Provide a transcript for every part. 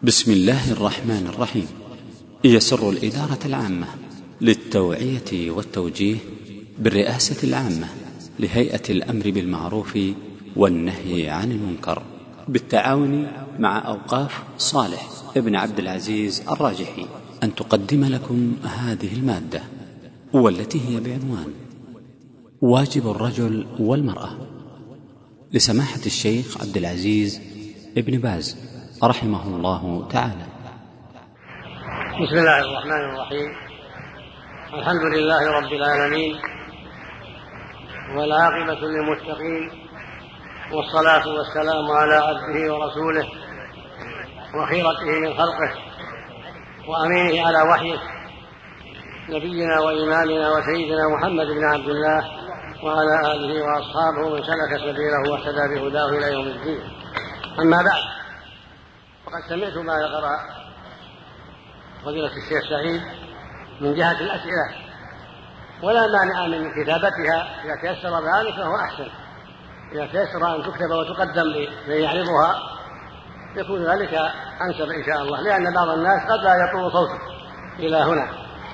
بسم الله الرحمن الرحيم. يسر الإدارة العامة للتوعية والتوجيه بالرئاسة العامة لهيئة الأمر بالمعروف والنهي عن المنكر بالتعاون مع أوقاف صالح ابن عبد العزيز الراجحي أن تقدم لكم هذه المادة، والتي هي بعنوان واجب الرجل والمرأة، لسماحة الشيخ عبد العزيز ابن باز رحمه الله تعالى. بسم الله الرحمن الرحيم. الحمد لله رب العالمين، والعاقبة للمتقين، والصلاة والسلام على عبده ورسوله وخيرته من خلقه وأمينه على وحيه، نبينا وإمامنا وسيدنا محمد بن عبد الله وعلى آله وأصحابه من سلك سبيله واهتدى بهداه إلى يوم الدين. أما بعد، وقد سمعت ما يقرأ فضيلة الشيخ سعيد من جهة الأسئلة، ولا مانع من كتابتها إذا تيسر ذلك فهو أحسن. إذا تيسر أن تكتب وتقدم لمن يعرضها يكون ذلك أنسب إن شاء الله، لأن بعض الناس قد لا يطول صوته إلى هنا.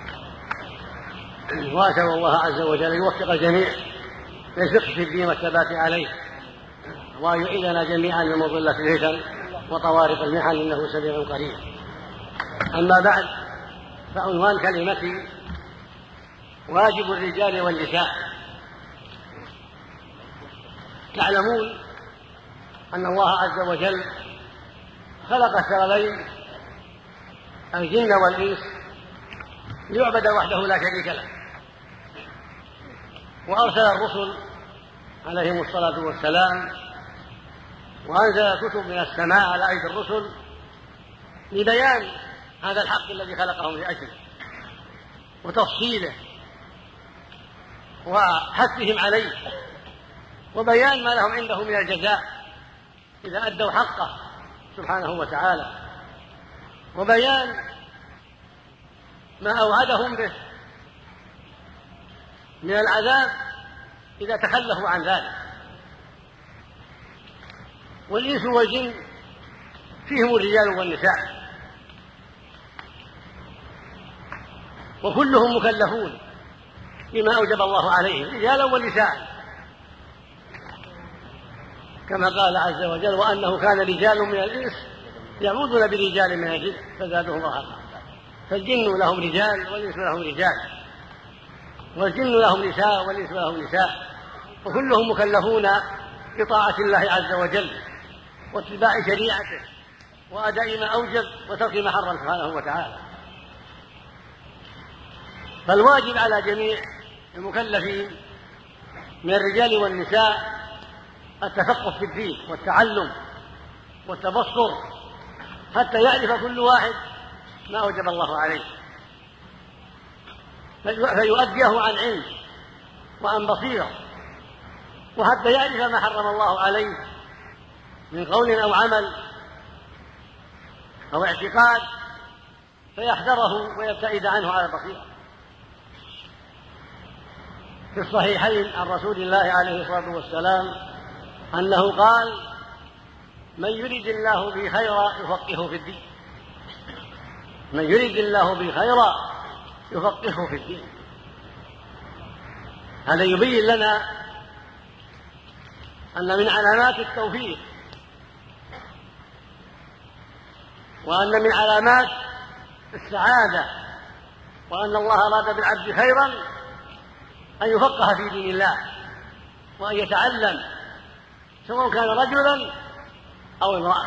وأسأل الله عز وجل يوفق الجميع للفقه في الدين والثبات عليه، ويعيذنا جميعا من مضلة الفتن وطوارق المحن، إنه سميع قريب. أما بعد، فعنوان كلمتي واجب الرجال والنساء. تعلمون أن الله عز وجل خلق الثقلين الجن والإنس ليعبد وحده لا شريك له، وأرسل الرسل عليهم الصلاة والسلام، وأنزل كتب من السماء على أيدي الرسل لبيان هذا الحق الذي خلقهم لأجله وتفصيله وحثهم عليه، وبيان ما لهم عنده من الجزاء إذا أدوا حقه سبحانه وتعالى، وبيان ما أوعدهم به من العذاب إذا تخلفوا عن ذلك. والإنس والجن فيهم الرجال والنساء، وكلهم مكلفون بما أوجب الله عليهم رجالا ونساء، كما قال عز وجل: وأنه كان رجال من الإنس يعوذون برجال من الجن فزادهم رهقا. فالجن لهم رجال والإنس لهم رجال، والجن لهم نساء والإنس لهم نساء، وكلهم مكلفون بطاعة الله عز وجل واتباع شريعته وأداء ما أوجب وترك ما حرم سبحانه وتعالى. فالواجب على جميع المكلفين من الرجال والنساء التفقه في الدين والتعلم والتبصر، حتى يعرف كل واحد ما أوجب الله عليه فيؤديه عن علم وعن بصيرة، وحتى يعرف ما حرم الله عليه من قول أو عمل أو اعتقاد فيحذره ويبتعد عنه على البصيرة. في الصحيحين عن رسول الله عليه الصلاة والسلام أنه قال: من يرد الله به خيرا يفقهه في الدين. من يرد الله به خيرا يفقهه في الدين. هذا يبين لنا أن من علامات التوفيق، وأن من علامات السعادة، وأن الله أراد بالعبد خيرا أن يفقه في دين الله وأن يتعلم، سواء كان رجلا أو امرأة.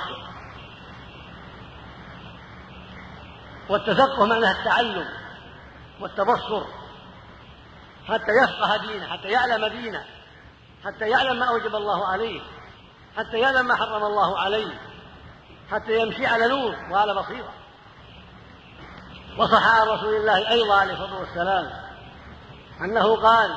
والتفقه معناه التعلم والتبصر حتى يفقه دينه، حتى يعلم دينه، حتى يعلم ما أوجب الله عليه، حتى يعلم ما حرم الله عليه، حتى يمشي على نور وعلى بصيرة. وصح عن رسول الله أيضا عليه الصلاة والسلام أنه قال: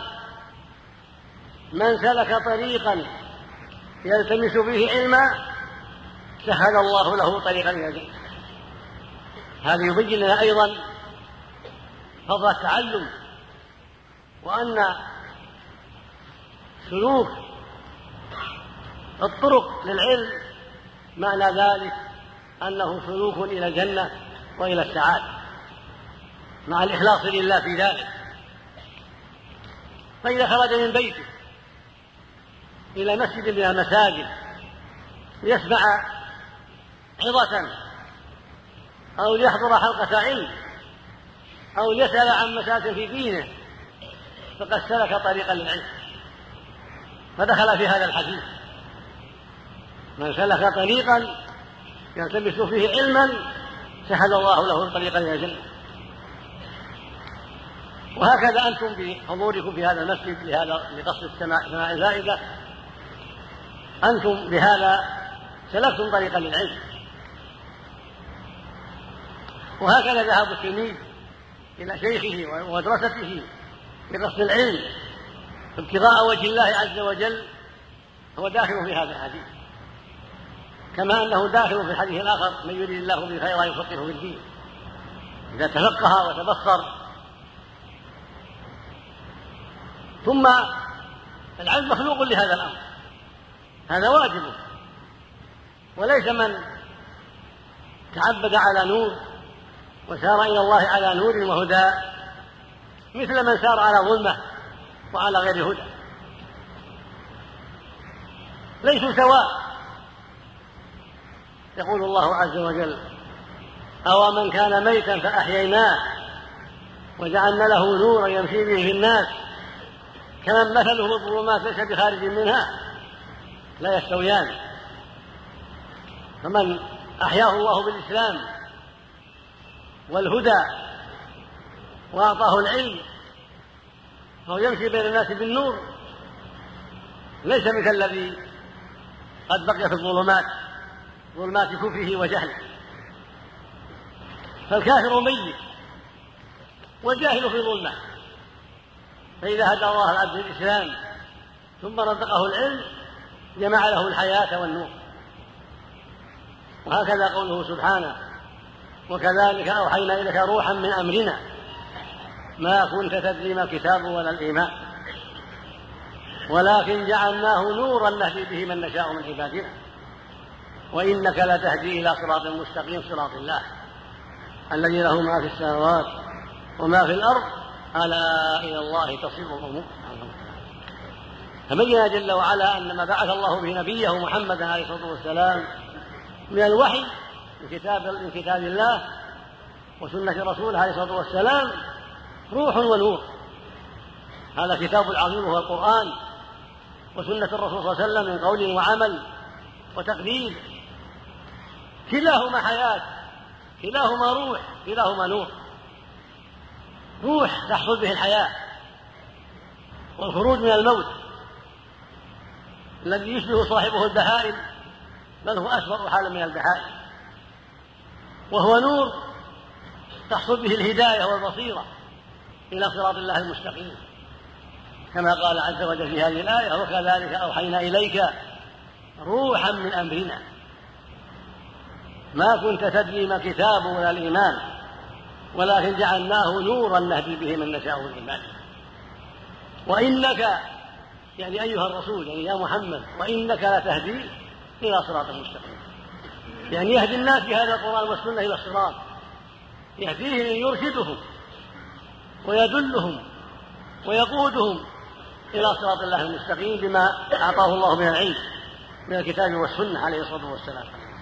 من سلك طريقا يلتمس به علما سهل الله له طريقا إلى الجنة. هذا يبين لنا أيضا فضل التعلم، وأن سلوك الطرق للعلم معنى ذلك أنه سلوك إلى الجنة وإلى السعادة مع الإخلاص لله في ذلك. فإذا خرج من بيته إلى مسجد من المساجد ليسمع عظة أو ليحضر حلقة علم أو ليسأل عن مسائل في دينه فقد سلك طريقا للعلم، فدخل في هذا الحديث: من سلك طريقا يلتمس فيه علما سهل الله له طريقا إلى الجنة. وهكذا أنتم بحضوركم في هذا المسجد لقصد سماع الفائدة أنتم بهذا سلكتم طريقا للعلم. وهكذا ذهاب التلميذ إلى شيخه ومدرسته بقصد العلم ابتغاء وجه الله عز وجل هو داخل في هذا الحديث، كما أنه داخل في الحديث الآخر: من يريد الله به خيرا يفقهه في الدين. إذا تفقه وتبصر. ثم العلم مخلوق لهذا الأمر، هذا واجبه، وليس من تعبد على نور وسار إلى الله على نور وهدى مثل من سار على ظلمة وعلى غير هدى، ليسوا سواء. يقول الله عز وجل: أو من كان ميتا فأحييناه وجعلنا له نورا يمشي به في الناس كمن مثله في الظلمات ليس بخارج منها لا يستويان. فمن أحياه الله بالإسلام والهدى وأعطاه العلم فهو يمشي بين الناس بالنور، ليس مثل الذي قد بقي في الظلمات، ظلمات كفره وجهله. فالكافر ميت والجاهل في ظلمه، فإذا هدى الله العبد الإسلام ثم رزقه العلم جمع له الحياة والنور. وهكذا قوله سبحانه: وكذلك أوحينا إليك روحا من أمرنا ما كنت تدري ما الكتاب ولا الإيمان ولكن جعلناه نورا نهدي به من نشاء من عبادنا وإنك لتهدي إلى صراط مستقيم صراط الله الذي له ما في السماوات وما في الأرض ألا إلى الله تصير الأمور. فبين جل وعلا أن ما بعث الله به نبيه محمدا عليه الصلاة والسلام من الوحي من كتاب الله وسنة رسوله عليه الصلاة والسلام روح ونور. هذا كتاب العظيم هو القرآن، وسنة الرسول صلى الله عليه وسلم من قول وعمل وتقدير، كلاهما حياة، كلاهما روح، كلاهما نور. روح تحصل به الحياة والخروج من الموت الذي يشبه صاحبه البهائم، بل هو أسوأ حالا من البهائم. وهو نور تحصل به الهداية والبصيرة إلى صراط الله المستقيم، كما قال عز وجل في هذه الآية: وكذلك أوحينا إليك روحا من أمرنا ما كنت تدري ما الكتاب ولا الإيمان ولكن جعلناه نورا نهدي به من نشاء من عبادنا وإنك يعني أيها الرسول يعني يا محمد وإنك لتهدي إلى صراط مستقيم، يعني يهدي الناس بهذا القرآن والسنة إلى الصراط، يهديهم يرشدهم ويدلهم ويقودهم إلى صراط الله المستقيم بما أعطاه الله من العلم من الكتاب والسنة عليه الصلاة والسلام.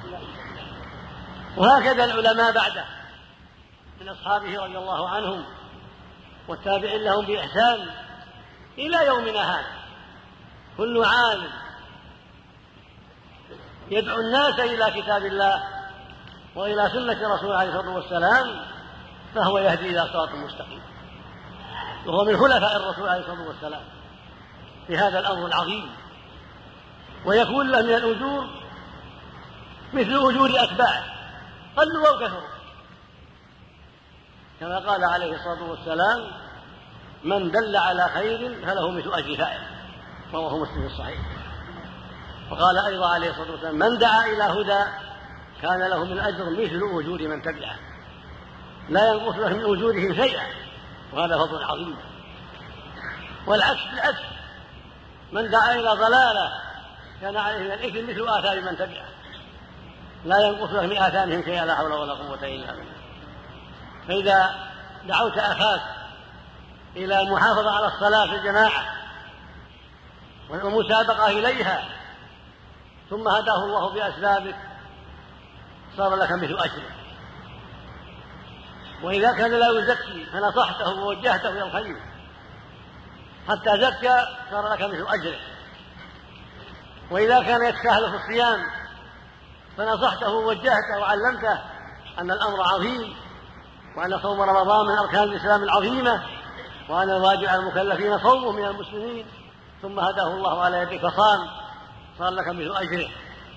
وهكذا العلماء بعده من أصحابه رضي الله عنهم والتابعين لهم بإحسان إلى يومنا هذا، كل عالم يدعو الناس إلى كتاب الله وإلى سنة رسوله عليه الصلاة والسلام فهو يهدي إلى صراط مستقيم، وهو من خلفاء الرسول عليه الصلاة والسلام في هذا الأمر العظيم، ويكون له من الأجور مثل أجور أتباعه قلوا أو كثروا، كما قال عليه الصلاة والسلام: من دل على خير فله مثل أجر فاعل، رواه مسلم في الصحيح. وقال أيضا عليه الصلاة والسلام: من دعا إلى هدى كان له من أجر مثل أجور من تبعه لا ينقص له من أجورهم شيئا، وهذا فضل عظيم. والعكس بالعكس، من دعا إلى ضلالة كان عليه من الإثم مثل آثار من تبعه لا ينقص لك من آثامهم شيئا لا حول ولا قوة إلا بالله. فإذا دعوت أخاك إلى المحافظة على الصلاة في الجماعة والمسابقة إليها ثم هداه الله بأسبابك صار لك مثل أجره. وإذا كان لا يزكي فنصحته ووجهته إلى الخير حتى زكى صار لك مثل أجره. وإذا كان يتساهل في الصيام فنصحته ووجهته وعلمته أن الأمر عظيم وأن صوم رمضان من أركان الإسلام العظيمة وأن الواجب على المكلفين صومه من المسلمين ثم هداه الله على يديك فصام صار لك مثل أجره.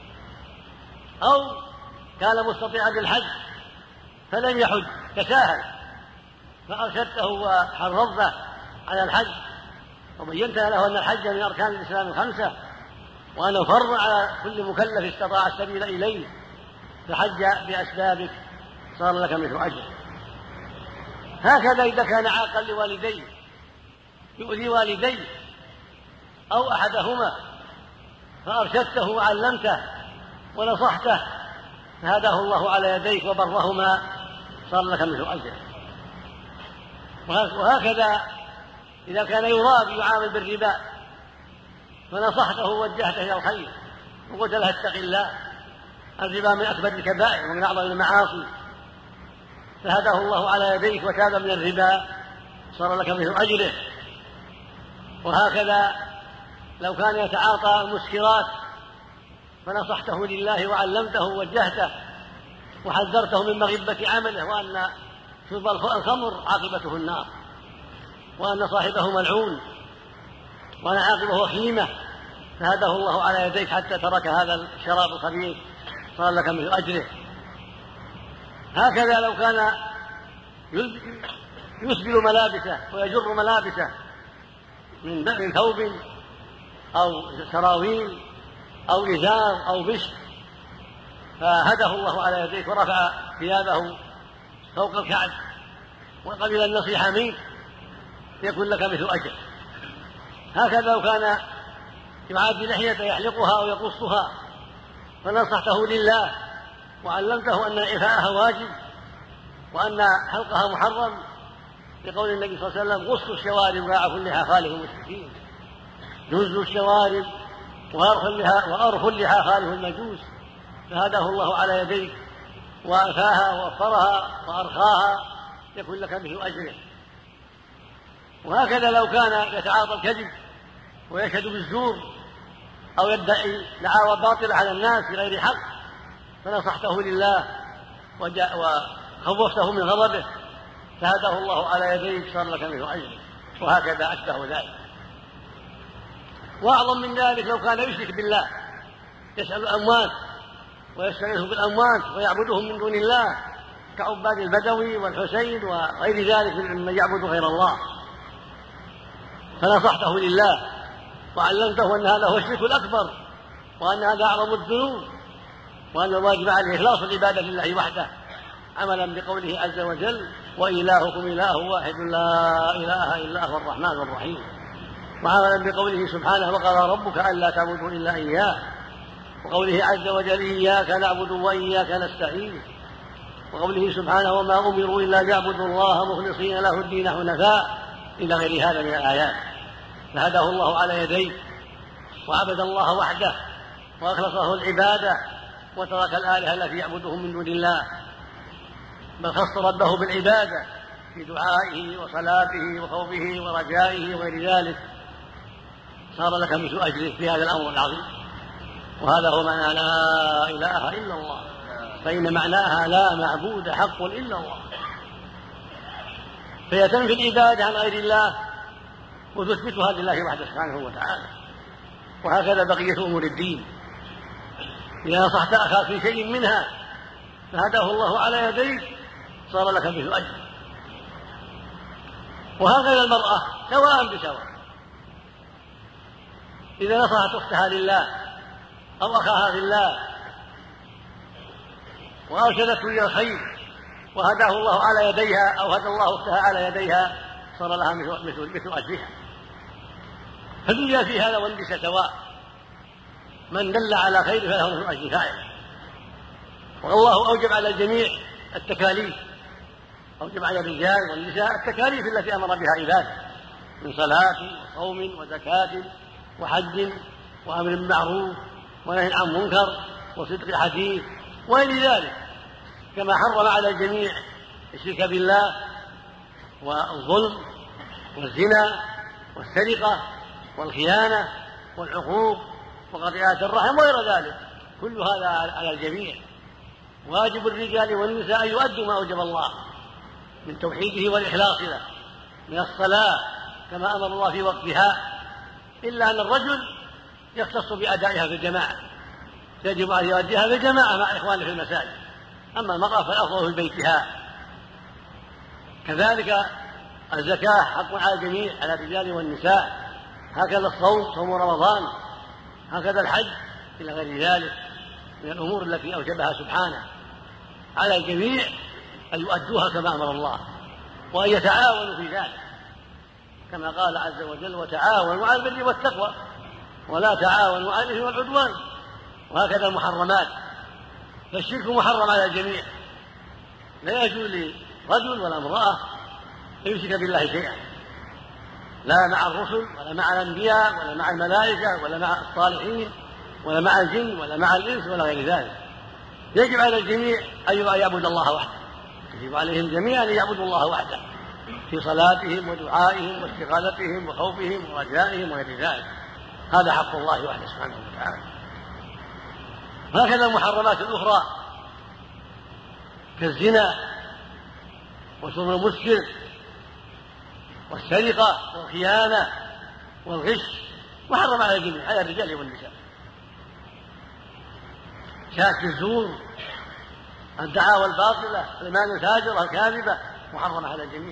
أو كان مستطيعا للحج فلم يحج تساهل فأرشدته وحرضته على الحج وبينت له أن الحج من أركان الإسلام الخمسة وأنه فرض على كل مكلف استطاع السبيل إليه فحج بأسبابك صار لك مثل أجر. هكذا إذا كان عاقا لوالديه يؤذي والديه أو أحدهما فأرشدته وعلمته ونصحته فهداه الله على يديك وبرهما صار لك مثل أجر. وهكذا إذا كان يراب يعامل بالربا فنصحته ووجهته إلى الخير وقلت له اتق الله الربا من أكبر الكبائر ومن أعظم المعاصي فهداه الله على يديك وتاب من الربا صار لك مثل أجره. وهكذا لو كان يتعاطى المسكرات فنصحته لله وعلمته ووجهته وحذرته من مغبة عمله وأن شرب الخمر عاقبته النار وأن صاحبه ملعون وأن عاقبه وخيمة فهداه الله على يديك حتى ترك هذا الشراب الخبيث صار لك مثل أجره. هكذا لو كان يسبل ملابسه ويجر ملابسه من ثوب أو سراويل أو إزار أو بشر فهداه الله على يديك ورفع ثيابه فوق الكعب وقبل النصيحة منك يكون لك مثل أجر. هكذا لو كان يعادي لحيته يحلقها أو يقصها فنصحته لله وعلمته أن إعفاءها واجب وأن حلقها محرم لقول النبي صلى الله عليه وسلم غص الشوارب ويعف اللحى خالف المشركين جز الشوارب وأرخ اللحى خالف المجوس فهداه الله على يديك وأعفاها ووفرها وأرخاها يكون لك مثل أجره. وهكذا لو كان يتعاطى الكذب ويشهد بالزور أو يدعي دعاوى باطلة على الناس بغير حق فنصحته لله وخوفته من غضبه فهداه الله على يديك صار لك مثل أجره. وهكذا أشبه ذلك. وأعظم من ذلك لو كان يشرك بالله يسأل الأموات ويستغيث بالأموات ويعبدهم من دون الله كعباد البدوي والحسين وغير ذلك ممن يعبد غير الله فنصحته لله وعلمته أن هذا هو الشرك الأكبر وأن هذا أعظم الذنوب وأن الواجب عليه إخلاص العبادة لله وحده عملا بقوله عز وجل وإلهكم إله واحد لا إله إلا هو الرحمن الرحيم وعملا بقوله سبحانه وقضى ربك ألا تعبدوا إلا إياه وقوله عز وجل إياك نعبد وإياك نستعين وقوله سبحانه وما أمروا إلا ليعبدوا الله مخلصين له الدين حنفاء إلى غير هذا من الآيات فهداه الله على يديه وعبد الله وحده وأخلصه العبادة وترك الآلهة التي يعبدهم من دون الله بل خص ربه بالعبادة في دعائه وصلاته وخوفه ورجائه وغير ذلك صار لك مثل أجره في هذا الأمر العظيم. وهذا هو معنى لا إله إلا الله فإن معناها لا معبود حق إلا الله فهي تنفي العبادة عن غير الله وتثبتها لله وحده سبحانه وتعالى. وهكذا بقية أمور الدين إذا نصحت أخاك في شيء منها فهداه الله على يديك صار لك مثل أجر. وهكذا المرأة سواء بسواء إذا نصحت أختها لله أو أخاها في الله وأرشدته إلى الخير وهداه الله على يديها أو هدى الله أختها على يديها صار لها مثل أجرها. فالدنيا في هذا والنساء سواء من دل على خير فله مثل أجر فاعله والله أوجب على الجميع التكاليف، أوجب على الرجال والنساء التكاليف التي أمر بها عباده من صلاة وصوم وزكاة وحج وأمر بالمعروف ونهي عن منكر وصدق حديث وغير ذلك، كما حرم على الجميع الشرك بالله والظلم والزنا والسرقة والخيانة والعقوق وقطيعة الرحم وغير ذلك، كل هذا على الجميع. واجب الرجال والنساء أن يؤدوا ما أوجب الله من توحيده والإخلاص له من الصلاة كما أمر الله في وقتها، إلا أن الرجل يختص بأدائها في الجماعة، يجب أن يؤديها في الجماعة مع إخوانه في المساجد، أما المرأة فالأفضل في بيتها. كذلك الزكاة حق على الجميع على الرجال والنساء، هكذا الصوم صوم رمضان، هكذا الحج إلى غير ذلك من الأمور التي أوجبها سبحانه على الجميع أن يؤدوها كما أمر الله وأن يتعاونوا في ذلك، كما قال عز وجل: وتعاونوا على البر والتقوى ولا تعاونوا على الإثم والعدوان. وهكذا المحرمات، فالشرك محرم على الجميع، لا يجوز لرجل ولا امرأة أن يشرك بالله شيئا، لا مع الرسل ولا مع الأنبياء ولا مع الملائكة ولا مع الصالحين ولا مع الجن ولا مع الإنس ولا غير ذلك. يجب على الجميع أن يعبد الله وحده، يجب عليهم جميعا أن يعبدوا الله وحده في صلاتهم ودعائهم واستغاثتهم وخوفهم ورجائهم وغير ذلك، هذا حق الله وحده سبحانه وتعالى. هكذا المحرمات الأخرى كالزنا وشرب المسكر والسرقة والخيانة والغش محرم على الجميع، على الرجال والنساء. شهادة الزور، الدعاوى الباطلة، الأيمان الفاجرة الكاذبة محرمة على الجميع.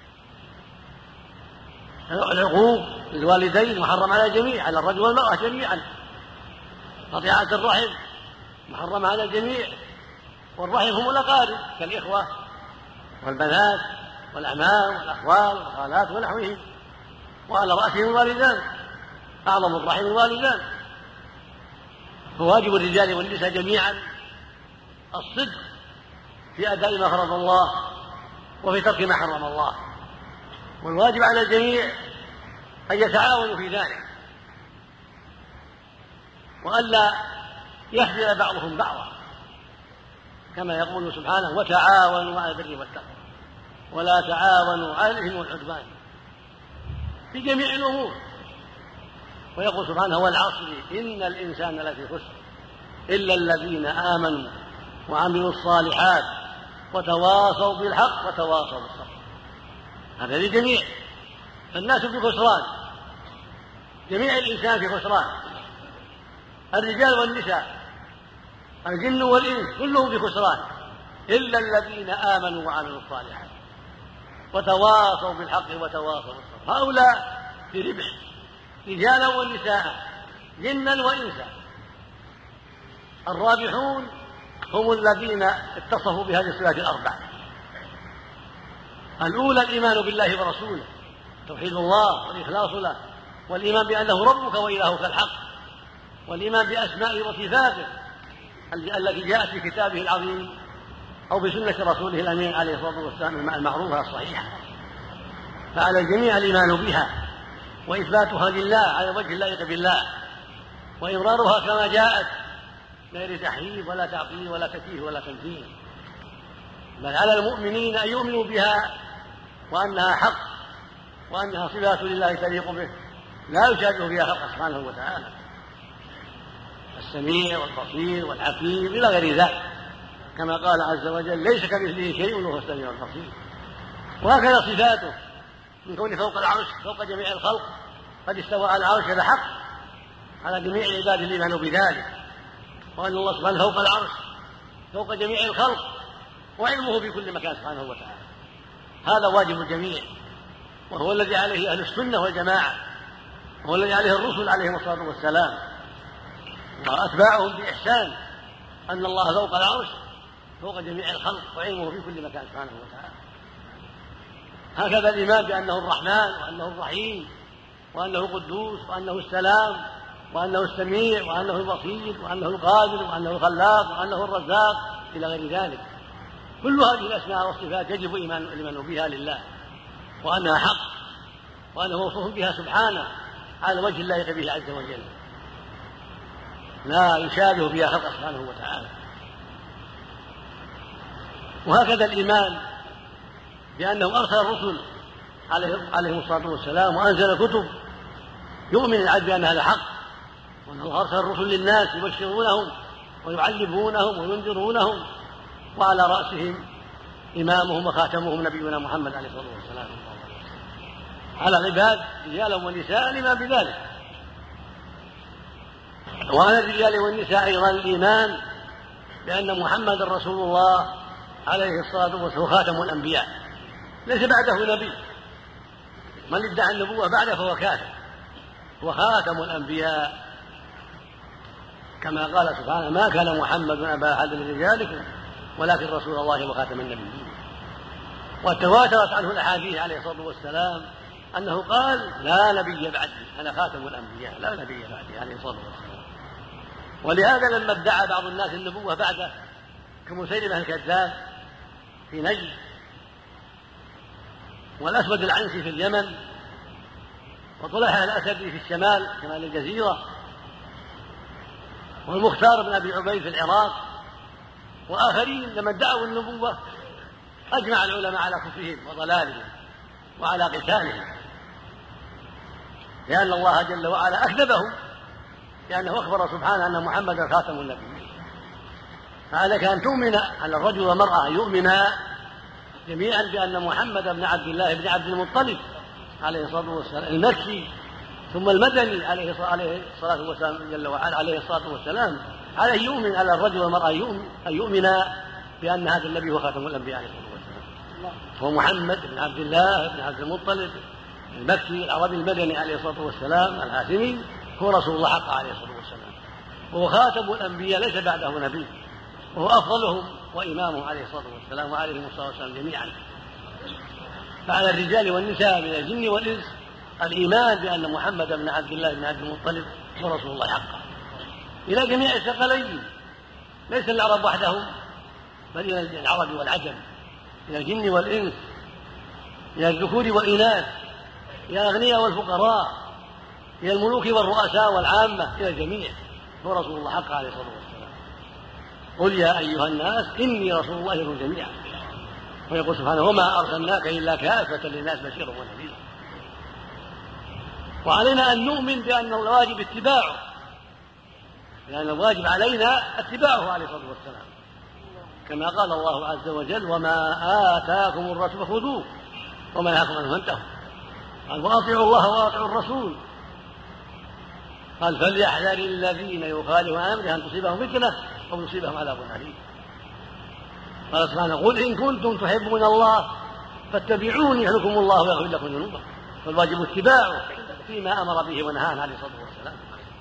العقوق للوالدين محرم على الجميع، على الرجل والمرأة جميعا. قطيعة الرحم محرمة على الجميع، والرحم هم الأقارب كالإخوة والبنات والأعمام والأخوال والخالات ونحوهم، وعلى رأسهم الوالدان، أعظم الرحم الوالدان. فواجب الرجال والنساء جميعا الصدق في أداء ما فرض الله وفي ترك ما حرم الله، والواجب على الجميع أن يتعاونوا في ذلك وألا يخذل بعضهم بعضا، كما يقول سبحانه: وتعاونوا على البر والتقوى ولا تعاونوا على الإثم والعدوان، في جميع الأمور. ويقول سبحانه: والعصر إن الإنسان لفي خسر إلا الذين آمنوا وعملوا الصالحات وتواصوا بالحق وتواصوا بالصبر. هذا للجميع، فالناس في خسران، جميع الإنسان في خسران، الرجال والنساء الجن والإنس كلهم في خسران إلا الذين آمنوا وعملوا الصالحات وتواصوا بالحق وتواصوا بالصبر، هؤلاء في ربح، رجالا ونساء جنا وإنسا. الرابحون هم الذين اتصفوا بهذه الصفات الأربع: الأولى الإيمان بالله ورسوله، توحيد الله والإخلاص له، والإيمان بأنه ربك وإلهك الحق، والإيمان بأسمائه وصفاته التي جاءت في كتابه العظيم أو بسنة رسوله الأمين عليه الصلاة والسلام المعروفة الصحيحة. فعلى الجميع الإيمان بها وإثباتها لله على وجه اللائق بالله، وإمرارها كما جاءت غير تحريف ولا تعطيل ولا تكييف ولا تمثيل، بل على المؤمنين أن يؤمنوا بها وأنها حق وأنها صفات لله تليق به لا يشابه بها خلقه سبحانه وتعالى، السميع والبصير والحكيم إلى غير ذلك، كما قال عز وجل: ليس كمثله شيء وهو السميع البصير. وهكذا صفاته من كونه فوق العرش فوق جميع الخلق، قد استوى على العرش، هذا حق على جميع عباده الإيمان بذلك، وأن الله سبحانه فوق العرش فوق جميع الخلق وعلمه في كل مكان سبحانه وتعالى. هذا واجب الجميع، وهو الذي عليه أهل السنة والجماعة، وهو الذي عليه الرسل عليهم الصلاة والسلام وأتباعهم بإحسان، أن الله فوق العرش فوق جميع الخلق وعلمه في كل مكان سبحانه وتعالى. هكذا الإيمان بأنه الرحمن وأنه الرحيم وأنه قدوس وأنه السلام وأنه السميع وأنه البصير وأنه القادر وأنه الخلاق وأنه الرزاق إلى غير ذلك. كل هذه الأسماء والصفات يجب الإيمان بها لله، وأنها حق، وأنه موصوف بها سبحانه على وجه لا يليق به عز وجل، لا يشابه بها خلقه سبحانه وتعالى. وهكذا الإيمان بأنه أرسل الرسل عليهم الصلاة والسلام وأنزل كتب، يؤمن العبد بأن هذا حق، وأنه أرسل الرسل للناس يبشرونهم ويعلمونهم وينذرونهم، وعلى رأسهم إمامهم وخاتمهم نبينا محمد عليه الصلاة والسلام. على العباد رجالا ونساء الإيمان بذلك. وعلى الرجال والنساء أيضا الإيمان بأن محمد رسول الله عليه الصلاة والسلام خاتم الأنبياء، ليس بعده نبي، من ادعى النبوة بعده فهو كافر، وخاتم الأنبياء، كما قال سبحانه: ما كان محمد أبا أحد من رجالكم ولكن رسول الله وخاتم النبيين. وتواترت عنه الأحاديث عليه الصلاة والسلام أنه قال: لا نبي بعدي، أنا خاتم الأنبياء، لا نبي بعدي عليه الصلاة والسلام. ولهذا لما ادعى بعض الناس النبوة بعده كمسيلمة الكذاب في نجد، والأسود العنسي في اليمن، وطلحة الأسدي في الشمال شمال الجزيرة، والمختار بن أبي عبيد في العراق، وآخرين لما ادعوا النبوة أجمع العلماء على كفرهم وضلالهم وعلى قتالهم، لأن الله جل وعلا أكذبهم، لأنه أخبر سبحانه أن محمدا خاتم النبيين. فعليك أن تؤمن على الرجل والمرأة يؤمنا جميعا بأن محمد بن عبد الله بن عبد المطلب عليه الصلاة والسلام المكي ثم المدني عليه الصلاة والسلام جل وعلا عليه الصلاة والسلام، عليه يؤمن على الرجل والمرأة أن يؤمنا بأن هذا النبي هو خاتم الأنبياء عليه الصلاة والسلام، هو محمد بن عبد الله بن عبد المطلب المكي العربي المدني عليه الصلاة والسلام الهاشمي، هو رسول الله حق عليه الصلاة والسلام، وهو خاتم الأنبياء ليس بعده نبي، وهو أفضلهم وإمامهم عليه الصلاة والسلام وعليهم الصلاة والسلام جميعا. فعلى الرجال والنساء من الجن والإنس الإيمان بأن محمد بن عبد الله بن عبد المطلب هو رسول الله حقا، إلى جميع الثقلين، ليس العرب وحدهم، بل إلى العرب والعجم، إلى الجن والإنس، إلى الذكور والإناث، إلى الأغنياء والفقراء، إلى الملوك والرؤساء والعامة، إلى الجميع، هو رسول الله حقا عليه الصلاة والسلام. قل يا أيها الناس إني رسول الله إليكم جميعا. ويقول سبحانه: وما أرسلناك إلا كافة للناس بشيرا ونذيرا. وعلينا أن نؤمن بأن الواجب اتباعه، لأن الواجب علينا اتباعه عليه الصلاة والسلام، كما قال الله عز وجل: وما آتاكم الرسول فخذوه وما نهاكم عنه فانتهوا. قال: وأطيعوا الله وأطيعوا الرسول. قال: فليحذر الذين يخالفون عن أمره أن تصيبهم فتنة أو يصيبهم عذاب أليم. قال سبحانه: قل إن كنتم تحبون الله فاتبعوني يحببكم الله ويغفر لكم ذنوبكم. فالواجب اتباعه فيما أمر به ونهى عنه عليه الصلاة والسلام.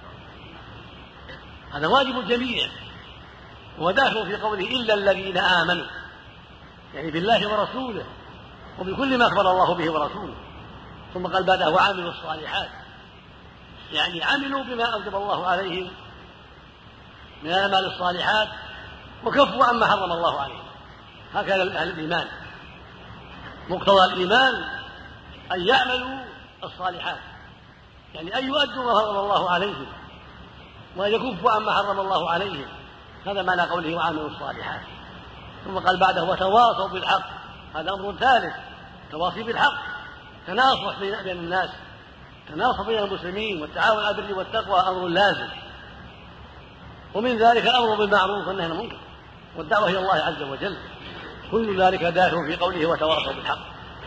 هذا واجب الجميع، وداخل في قوله: إلا الذين آمنوا، يعني بالله ورسوله وبكل ما أخبر الله به ورسوله. ثم قال بعده: وعملوا الصالحات، يعني عملوا بما أوجب الله عليهم من الأعمال الصالحات وكفوا عما حرم الله عليهم. هكذا أهل الإيمان، مقتضى الإيمان أن يعملوا الصالحات، يعني أن يؤدوا ما فرض الله عليهم وأن يكفوا عما حرم الله عليهم. هذا معنى قوله: وعملوا الصالحات. ثم قال بعده: وتواصوا بالحق. هذا أمر ثالث، تواصي بالحق، تناصح بين الناس، تناصح بين المسلمين، والتعاون على البر والتقوى أمر لازم. ومن ذلك الأمر بالمعروف والنهي عن المنكر والدعوة إلى الله عز وجل، كل ذلك داخل في قوله: وتواصوا بالحق.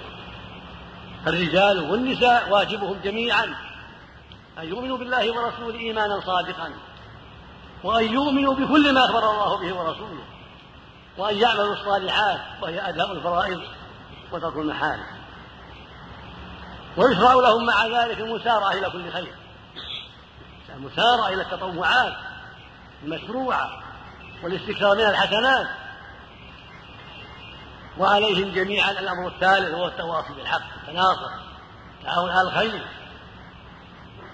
الرجال والنساء واجبهم جميعا أن يؤمنوا بالله ورسوله إيمانا صادقا، وأن يؤمنوا بكل ما أخبر الله به ورسوله، وأن يعملوا الصالحات وهي أداء الفرائض وترك المحارم. ويشرع لهم مع ذلك المسارعة إلى كل خير، المسارعة إلى التطوعات المشروعة والاستكثار من الحسنات. وعليهم جميعا الأمر الثالث هو التواصي بالحق، التناصح، التعاون على الخير.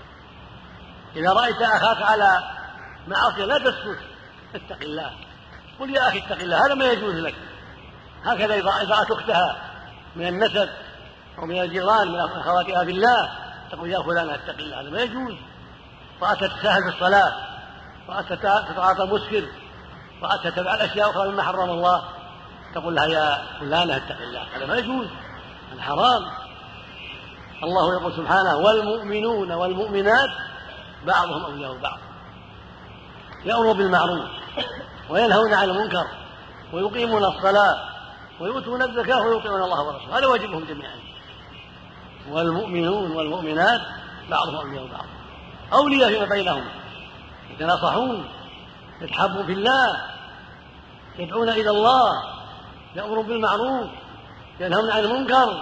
إذا رأيت أخاك على معصية لا تسكت، اتق الله قل يا أخي اتق الله، هذا ما يجوز لك. هكذا إذا أختها من النسب أو من الجيران من أخواتها بالله تقول يا فلان اتق الله، هذا ما يجوز. وأنت تتساهل في الصلاة، وأنت تتعاطى مسكر، وأنت تفعل أشياء أخرى مما حرم الله، تقول لها يا فلانة اتق الله، هذا ما يجوز، هذا حرام. الله يقول سبحانه والمؤمنون والمؤمنات بعضهم أولياء بعض، يأمرون بالمعروف وينهون عن المنكر ويقيمون الصلاة ويؤتون الزكاة ويطيعون الله ورسوله، هذا واجبهم جميعا. والمؤمنون والمؤمنات بعضهم أولياء بعض، أولياء فيما بينهم، يتناصحون، يتحابون في الله، يدعون إلى الله، يأمرون بالمعروف، ينهون عن المنكر،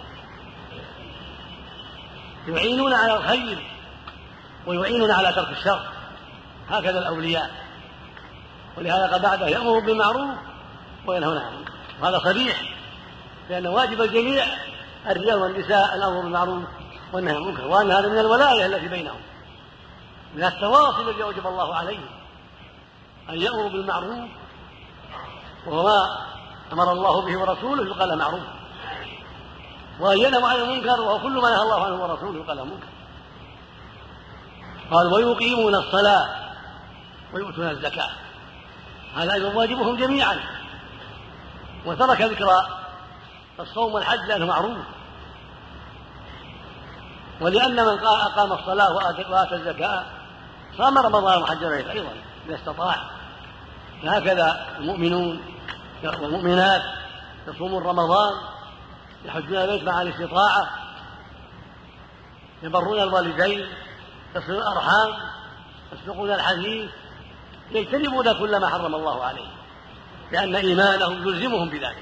يعينون على الخير ويعينون على ترك الشر، هكذا الأولياء. ولهذا قال بعده يأمرون بالمعروف وينهون عن المنكر، وهذا صريح لأن واجب الجميع الرجال والنساء الأمر بالمعروف والنهي عن المنكر، وأن هذا من الولاية التي بينهم، من التواصي الذي أوجب الله عليهم أن يأمروا بالمعروف، وهو ما أمر الله به ورسوله يقال معروف، وأن ينهوا عن المنكر وهو كل ما نهى الله عنه ورسوله يقال منكر. قال ويقيمون الصلاة ويؤتون الزكاة، هذا أيضا واجبهم جميعا. وترك ذكر الصوم والحج لأنه معروف، ولأن من أقام الصلاة وآتى الزكاة صام رمضان وحج البيت أيضا إذا استطاع. فهكذا المؤمنون والمؤمنات يصومون رمضان، يحجون البيت مع الاستطاعة، يبرون الوالدين، يصلون الأرحام، يسبقون الحديث، يجتنبون كل ما حرم الله عليه، لأن إيمانهم يلزمهم بذلك.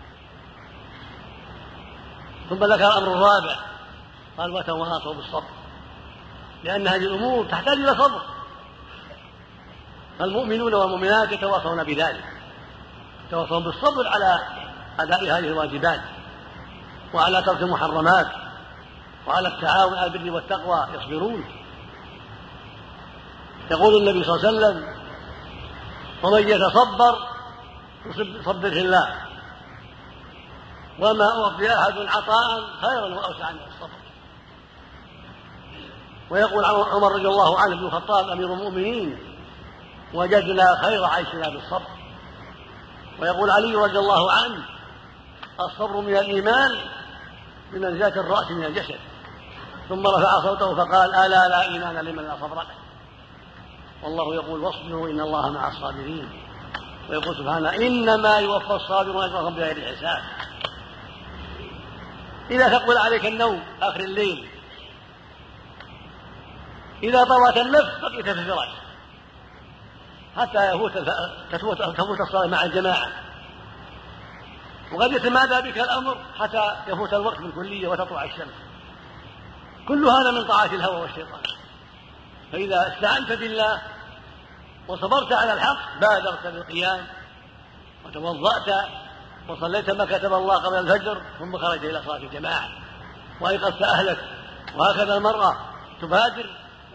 ثم ذكر الأمر الرابع قال وتواصوا بالصبر، لأن هذه الأمور تحتاج إلى صبر، فالمؤمنون والمؤمنات يتواصون بذلك، يتواصون بالصبر على أداء هذه الواجبات وعلى ترك المحرمات وعلى التعاون على البر والتقوى، يصبرون. يقول النبي صلى الله عليه وسلم ومن يتصبر يصبر في الله، وما أعطي أحد عطاء خيرا وأوسع من الصبر. ويقول عمر رضي الله عنه بن الخطاب أمير المؤمنين وجدنا خير عيشنا بالصبر. ويقول علي رضي الله عنه الصبر من الإيمان بمنزلة الرأس من الجسد. ثم رفع صوته فقال ألا لا إيمان لمن لا صبر له. والله يقول واصبروا إن الله مع الصابرين. ويقول سبحانه إنما يوفى الصابرون أجرهم بغير حساب. إذا ثقل عليك النوم آخر الليل، إذا طوت النفس بقيت في الفراش حتى تفوت الصلاة مع الجماعة، وقد يتمادى بك الأمر حتى يفوت الوقت بالكلية وتطلع الشمس. كل هذا من طاعة الهوى والشيطان. فإذا استعنت بالله وصبرت على الحق بادرت بالقيام وتوضأت وصليت ما كتب الله قبل الفجر، ثم خرجت إلى صلاة الجماعة وأيقظت أهلك. وهكذا المرأة تبادر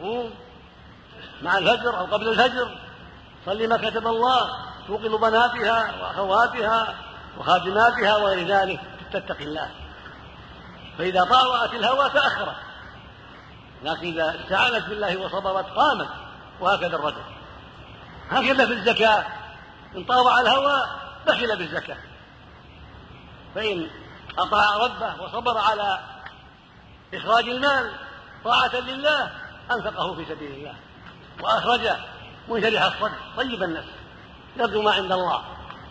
مع الفجر أو قبل الفجر، صلي ما كتب الله، توقظ بناتها وأخواتها وخادماتها وغير ذلك، تتقي الله. فإذا طاوعت الهوى تأخرت، لكن إذا استعانت بالله وصبرت قامت. وهكذا الرجل، هكذا في الزكاة، إن طاوع الهوى بخل بالزكاة، فإن أطاع ربه وصبر على إخراج المال طاعة لله أنفقه في سبيل الله وأخرجه منشرح الصدر طيب النفس يرجو ما عند الله.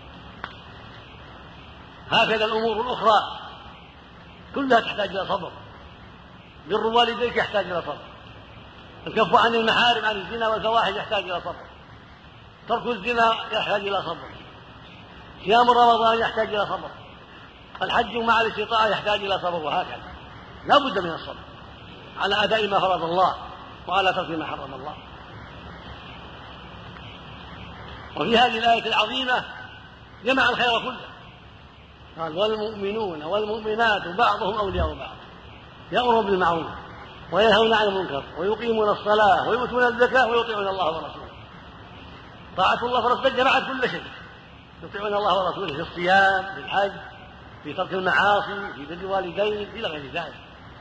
هكذا الأمور الأخرى كلها تحتاج إلى صبر. بر والديك يحتاج إلى صبر، الكف عن المحارم عن الزنا والفواحش يحتاج إلى صبر، ترك الزنا يحتاج إلى صبر، صيام رمضان يحتاج إلى صبر، الحج مع الاستطاعة يحتاج إلى صبر. وهكذا لا بد من الصبر على أداء ما فرض الله وعلى ترك ما حرم الله. وفي هذه الآية العظيمة جمع الخير كله، قال والمؤمنون والمؤمنات بعضهم أولياء بعض، يأمرون بالمعروف وينهون عن المنكر ويقيمون الصلاة ويؤتون الزكاة ويطيعون الله ورسوله. طاعة الله ورسوله جمعت كل شيء، يطيعون الله ورسوله في الصيام، في الحج، في ترك المعاصي، في بر الوالدين إلى غير ذلك.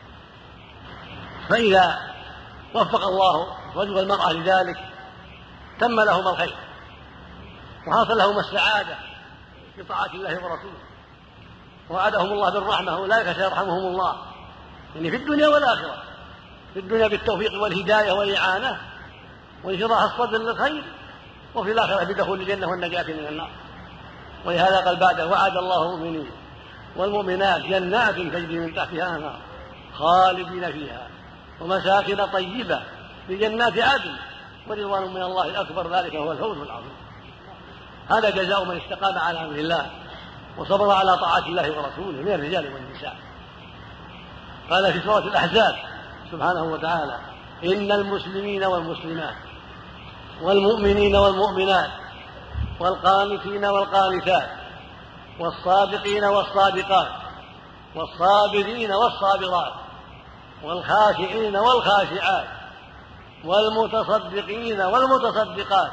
فإذا وفق الله الرجل والمرأة لذلك تم لهما الخير وحصل لهما السعادة في طاعة الله ورسوله، ووعدهم الله بالرحمة، أولئك سيرحمهم الله يعني في الدنيا والآخرة. في الدنيا بالتوفيق والهداية والإعانة وانشراح الصدر للخير، وفي الآخرة بدخول الجنة والنجاة من النار. ولهذا قال بعده: وعد الله المؤمنين والمؤمنات جنات تجري من تحتها الأنهار خالدين فيها ومساكن طيبة في جنات عدن ورضوان من الله أكبر، ذلك هو الفوز العظيم. هذا جزاء من استقام على أمر الله وصبر على طاعة الله ورسوله من الرجال والنساء. قال في سورة الأحزاب سبحانه وتعالى: إن المسلمين والمسلمات والمؤمنين والمؤمنات والقانتين والقانتات والصادقين والصادقات والصابرين والصابرات والخاشعين والخاشعات والمتصدقين والمتصدقات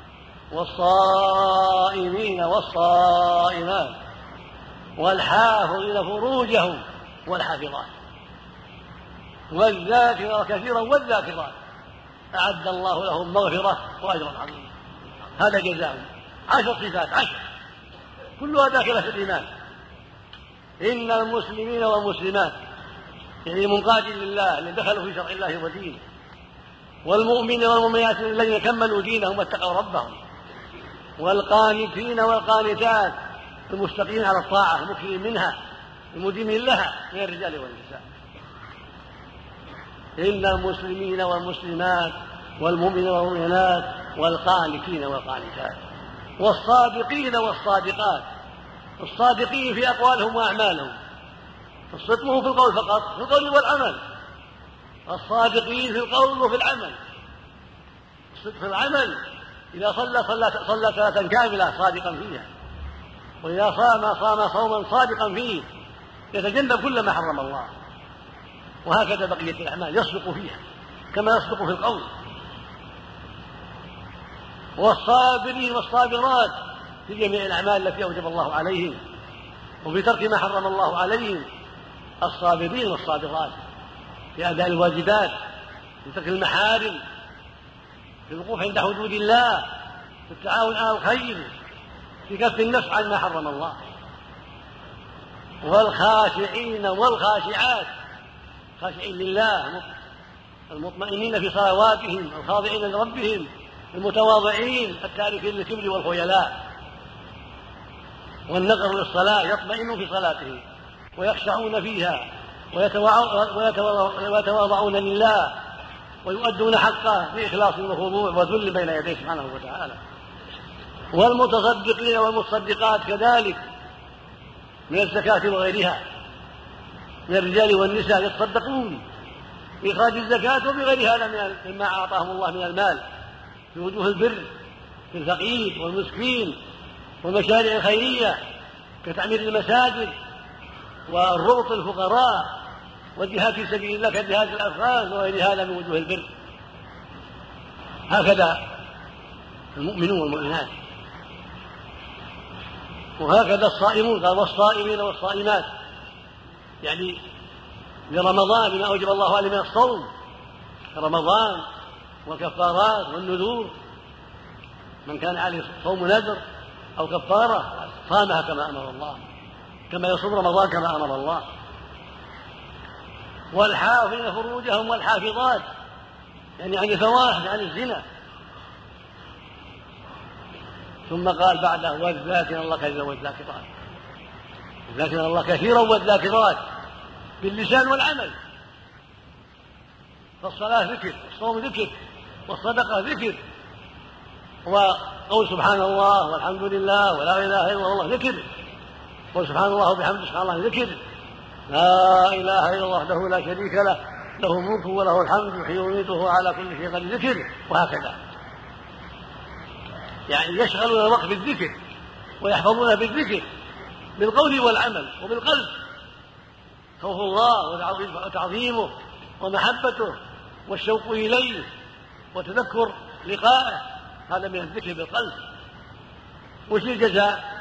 والصائمين والصائمات والحافظين فروجهم والحافظات والذاكرين كثيرا والذاكرات أعد الله لهم مغفرة وأجرا عظيما. هذا جزاؤهم. 10 صفات، 10 كلها داخلة في الإيمان. إن المسلمين والمسلمات يعني منقادين لله الذين دخلوا في شرع الله ودينه، والمؤمنين والمؤمنات الذين كملوا دينهم واتقوا ربهم، والقانتين والقانتات المستقيمين على الطاعة المكثرين منها المديمين لها من الرجال والنساء. إن المسلمين والمسلمات والمؤمنين والمؤمنات والقانتين والقانتات والصادقين والصادقات. الصادقين في أقوالهم وأعمالهم، الصدق في القول فقط، في القول والعمل. الصادقين في القول وفي العمل. الصدق في العمل، إذا صلى صلاة كاملة صادقا فيها، وإذا صام صوما صادقا فيه يتجنب كل ما حرم الله. وهكذا بقية الأعمال يصدق فيها كما يصدق في القول. والصابرين والصابرات في جميع الأعمال التي أوجب الله عليهم وفي ترك ما حرم الله عليهم. الصابرين والصابرات في أداء الواجبات، في ترك المحارم، في الوقوف عند حدود الله، في التعاون على الخير، في كف النفس عن ما حرم الله. والخاشعين والخاشعات، خاشعين لله المطمئنين في صلواتهم الخاضعين لربهم المتواضعين التاركين للكبر والخيلاء والنذر للصلاة، يطمئنون في صلاتهم ويخشعون فيها ويتواضعون لله ويؤدون حقه بإخلاص وخضوع وذل بين يديه سبحانه وتعالى. والمتصدقين والمتصدقات كذلك من الزكاة وغيرها من الرجال والنساء يتصدقون بإخراج الزكاة وبغير هذا مما أعطاهم الله من المال في وجوه البر في الفقير والمسكين والمشاريع الخيرية كتعمير المساجد والربط الفقراء والجهاد في سبيل الله كجهاد الأفغان وغير هذا من وجوه البر. هكذا المؤمنون والمؤمنات. وهكذا الصائمون، قال والصائمين والصائمات، يعني لرمضان بما أوجب الله عليه من الصوم رمضان والكفارات والنذور. من كان عليه صوم نذر أو كفارة صامها كما أمر الله، كما يصوم رمضان كما أمر الله. والحافظين فروجهم والحافظات يعني عن الفواحش عن الزنا. ثم قال بعده والذاكرين الله كثيرا والذاكرات، الذاكرين الله كثيرا والذاكرات باللسان والعمل. فالصلاة ذكر، والصوم ذكر، والصدقة ذكر، وقول سبحان الله والحمد لله ولا إله إلا الله ذكر، وسبحان الله وبحمده سبحان الله ذكر، لا إله إلا الله وحده لا شريك له له الملك وله الحمد يحيي ويميت وهو على كل شيء قدير ذكر. وهكذا يعني يشغلون الوقت بالذكر ويحفظون بالذكر بالقول والعمل وبالقلب، خوف الله وتعظيمه ومحبته والشوق إليه وتذكر لقائه، هذا من الذكر بالقلب. وش الجزاء؟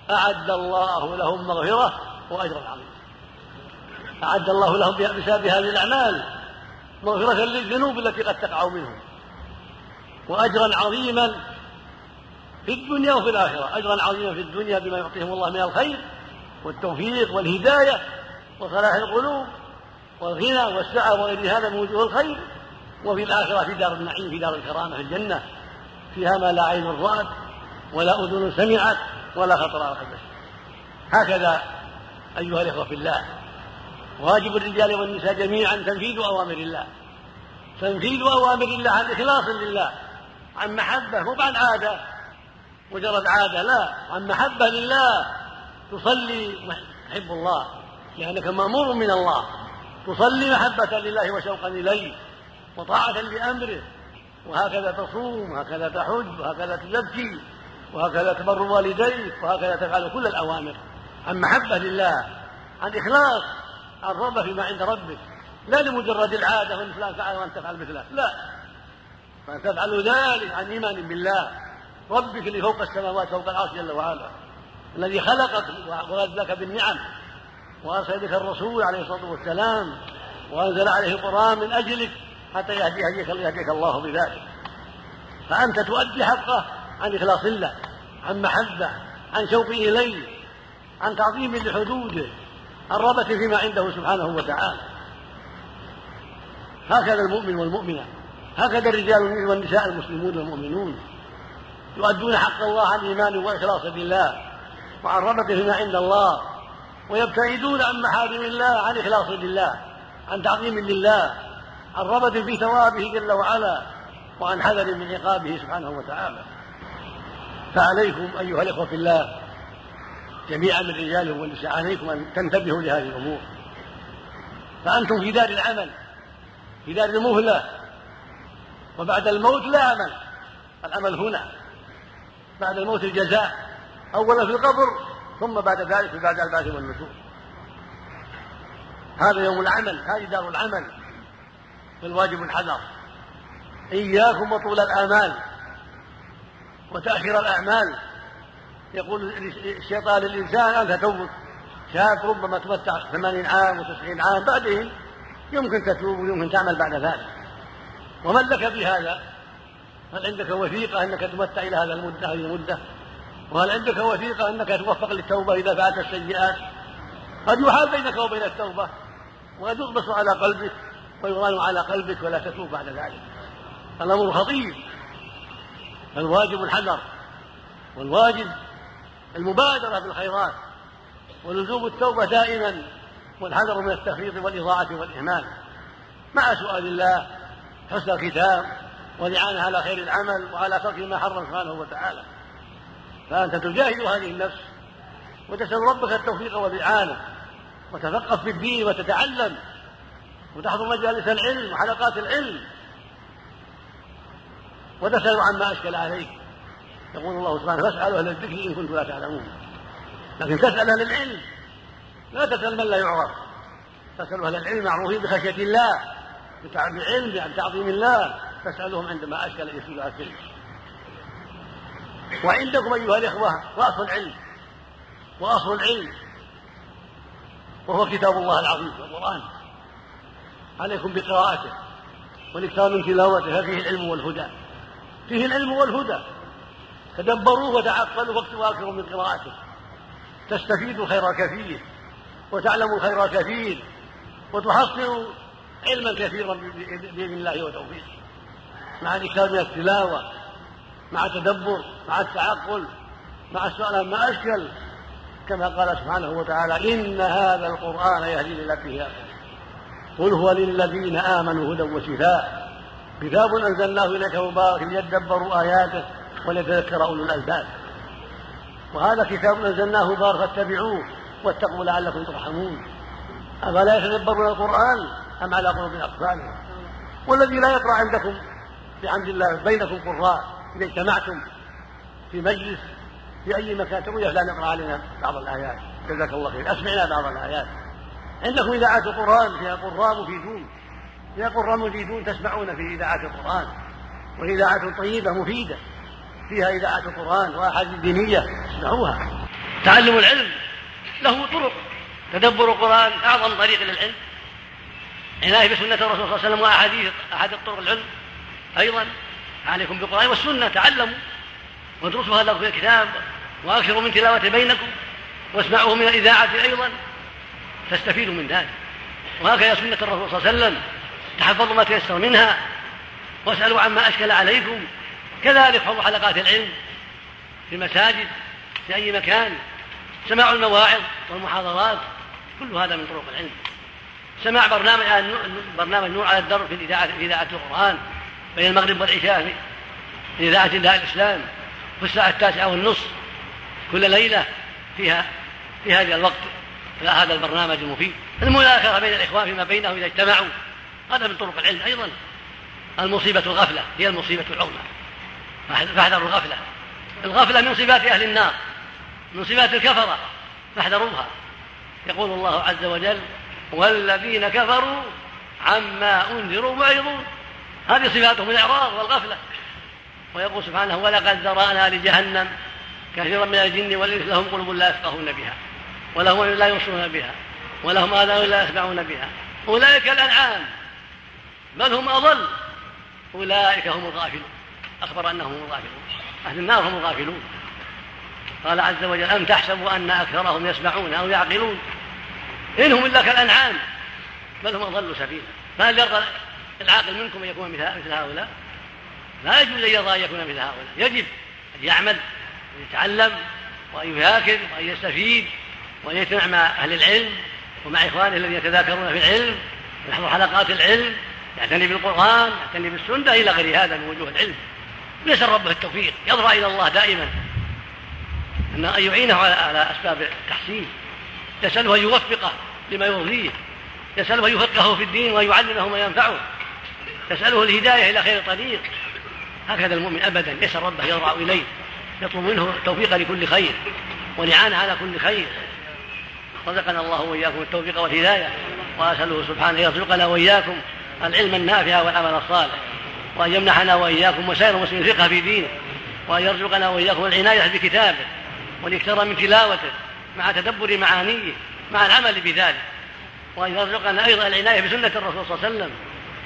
أعد الله لهم مغفرة وأجرا عظيما. أعد الله لهم بسبب هذه الأعمال مغفرة للذنوب التي قد تقع منهم، وأجرا عظيما في الدنيا وفي الآخرة. أجرا عظيما في الدنيا بما يعطيهم الله من الخير والتوفيق والهداية وصلاح القلوب والغنى والسعة وغير هذا من وجوه الخير، وفي الآخرة في دار النعيم، في دار الكرامة، في الجنة، فيها ما لا عين رأت ولا أذن سمعت ولا خطر على قلب. هكذا أيها الإخوة في الله، واجب الرجال والنساء جميعا تنفيذ أوامر الله، تنفيذ أوامر الله عن إخلاص لله، عن محبة، مو عن عادة مجرد عادة، لا، عن محبة لله. تصلي تحب الله لأنك مأمور من الله، تصلي محبة لله وشوقا إليه وطاعة لأمره، وهكذا تصوم، وهكذا تحج، وهكذا تزكي، وهكذا تبر والديك، وهكذا تفعل كل الأوامر عن محبة لله، عن إخلاص، عن رغبة فيما عند ربك، لا لمجرد العادة وإن فلان فعل وأن تفعل مثله، لا، بل تفعل ذلك عن إيمان بالله ربك اللي فوق السماوات فوق العرش جل وعلا، الذي خلقك ورد لك بالنعم وأرسل بك الرسول عليه الصلاة والسلام وأنزل عليه القرآن من أجلك حتى يهديك الله بذلك. فأنت تؤدي حقه عن إخلاص الله، عن محبة، عن شوق إليه، عن تعظيم لحدوده، عن رغبة فيما عنده سبحانه وتعالى. هكذا المؤمن والمؤمنة، هكذا الرجال والنساء المسلمون والمؤمنون يؤدون حق الله عن إيمان وإخلاص بالله وعن رغبة فيما عند الله، ويبتعدون عن محارم الله عن إخلاص لله، عن تعظيم لله، عن رغبة في ثوابه جل وعلا، وعن حذر من عقابه سبحانه وتعالى. فعليكم أيها الإخوة في الله جميعا من رجالهم والنساء، عليكم أن تنتبهوا لهذه الأمور، فأنتم في دار العمل، في دار المهلة، وبعد الموت لا عمل، العمل هنا، بعد الموت الجزاء، أولا في القبر ثم بعد ذلك بعد البعث والنشور. هذا يوم العمل، هذه دار العمل، فالواجب الحذر. إياكم وطول الآمال وتأخير الأعمال. يقول الشيطان للإنسان أنت توبك شاب ربما تمتع 80 عام و90 عام، بعدين يمكن تتوب ويمكن تعمل بعد ذلك، ومن لك بهذا؟ هل عندك وثيقة أنك تمتع إلى هذه المدة؟ وهل عندك وثيقة أنك توفق للتوبة إذا فعلت السيئات؟ قد يحال بينك وبين التوبة وقد يغبس على قلبك ويغان على قلبك ولا تتوب بعد ذلك. الأمر خطير، الواجب الحذر، والواجب المبادرة بالخيرات ولزوم التوبة دائما، والحذر من التفريط والإضاعة والإهمال، مع سؤال الله حسن الختام والإعانة على خير العمل وعلى ترك ما حرم سبحانه وتعالى. فأنت تجاهد هذه النفس وتسأل ربك التوفيق والإعانة، وتثقف في الدين وتتعلم وتحضر مجالس العلم وحلقات العلم، وتسأل عما أشكل عليك. يقول الله سبحانه فاسألوا أهل الذكر إن كنتم لا تعلمون، لكن تسأل أهل العلم، لا تسأل من لا يعرف، تسأل أهل العلم معروفين بخشية الله، بعلم، بتعظيم الله، تسألهم عندما أشكل يسأل فيه. وعندكم أيها الإخوة رأس العلم وأصل العلم، وهو كتاب الله العظيم القرآن، عليكم بقراءته والإكثار من تلاوته، ففيه العلم والهدى، فيه العلم والهدى، تدبروه وتعقلوا واكثروا من قراءته، تستفيدوا الخير كثير وتعلموا الخير كثير وتحصلوا علما كثيرا بإذن الله وتوفيقه، مع الإكثار من التلاوة، مع التدبر، مع التعقل، مع السؤال ما أشكل، كما قال سبحانه وتعالى إن هذا القرآن يهدي للتي هي أقوم، قل هو للذين آمنوا هدى وشفاء، كتاب أنزلناه إليك مبارك ليدبروا آياته وليتذكر أولو الألباب. وهذا كتاب أنزلناه مبارك فاتبعوه واتقوا لعلكم ترحمون. أفلا يتدبرون القرآن أم على قلوب أقفالها؟ والذي لا يقرأ عندكم بحمد الله بينكم قراء، إذا اجتمعتم في مجلس في أي مكان تقول يا فلان اقرأ علينا بعض الآيات، جزاك الله خير، أسمعنا بعض الآيات. عندكم إذاعة القرآن فيها قراء مفيدون، فيها قراء مفيدون تسمعون في إذاعة القرآن، وإذاعة طيبة مفيدة فيها إذاعة القرآن وأحاديث دينية تسمعوها. تعلم العلم له طرق، تدبر القرآن أعظم طريق للعلم، عناية بسنة الرسول صلى الله عليه وسلم وأحاديث أحد الطرق العلم أيضا. عليكم بالقرآن والسنة، تعلموا وادرسوا هذا في الكتاب وأكثروا من تلاوة بينكم واسمعوه من الإذاعة أيضا تستفيدوا من ذلك. وهكذا سنة الرسول صلى الله عليه وسلم، تحفظوا ما تيسر منها واسألوا عما أشكل عليكم. كذلك حفظوا حلقات العلم في المساجد في أي مكان، سماع المواعظ والمحاضرات، كل هذا من طرق العلم. سماع برنامج نور على الدرب في إذاعة القرآن بين المغرب والعشاء في إذاعة دار الإسلام في الساعة 9:30 كل ليلة في هذا الوقت هذا البرنامج المفيد. المذاكرة بين الإخوان فيما بينهم إذا اجتمعوا، هذا من طرق العلم أيضا. المصيبة الغفلة هي المصيبة العظمى، فاحذروا الغفلة. الغفلة من صفات أهل النار، من صفات الكفرة، فاحذروها. يقول الله عز وجل: والذين كفروا عما أنذروا معرضون. هذه صفاتهم الإعراض والغفلة. ويقول سبحانه: ولقد ذرأنا لجهنم كثيرا من الجن والإنس لهم قلوب لا يفقهون بها ولهم عيون لا يبصرون بها ولهم آذان لا يسمعون بها أولئك الأنعام بل هم أضل أولئك هم الغافلون. أخبر أنهم هم الغافلون، أهل النار هم الغافلون. قال عز وجل: أم تحسبوا أن أكثرهم يسمعون أو يعقلون إنهم إلا كالأنعام بل هم أضل سبيلا. فهل يرضى العاقل منكم أن يكون مثل هؤلاء؟ لا يجوز أن يرضى أن يكون مثل هؤلاء. يجب أن يعمل ويتعلم وأن يذاكر وأن يستفيد وأن يجتمع مع أهل العلم ومع إخوانه الذين يتذاكرون في العلم، يحضر حلقات العلم، يعتني بالقرآن، يعتني بالسنة إلى غير هذا من وجوه العلم. يسأل ربه التوفيق، يضرع إلى الله دائما أن يعينه على أسباب التحصيل، يسأله أن يوفقه لما يرضيه، يسأله أن يفقهه في الدين ويعلمه ما ينفعه، يسأله الهداية إلى خير طريق. هكذا المؤمن أبدا يسأل ربه، يضرع إليه، يطلب منه التوفيق لكل خير والإعانة على كل خير. رزقنا الله وإياكم التوفيق والهداية، وأسأله سبحانه يرزقنا وإياكم العلم النافع والعمل الصالح، وأن يمنحنا وإياكم وسائر المسلمين الفقه في دينه، وأن يرزقنا وإياكم العناية بكتابه والإكثار من تلاوته مع تدبر معانيه مع العمل بذلك، وأن يرزقنا أيضا العناية بسنة الرسول صلى الله عليه وسلم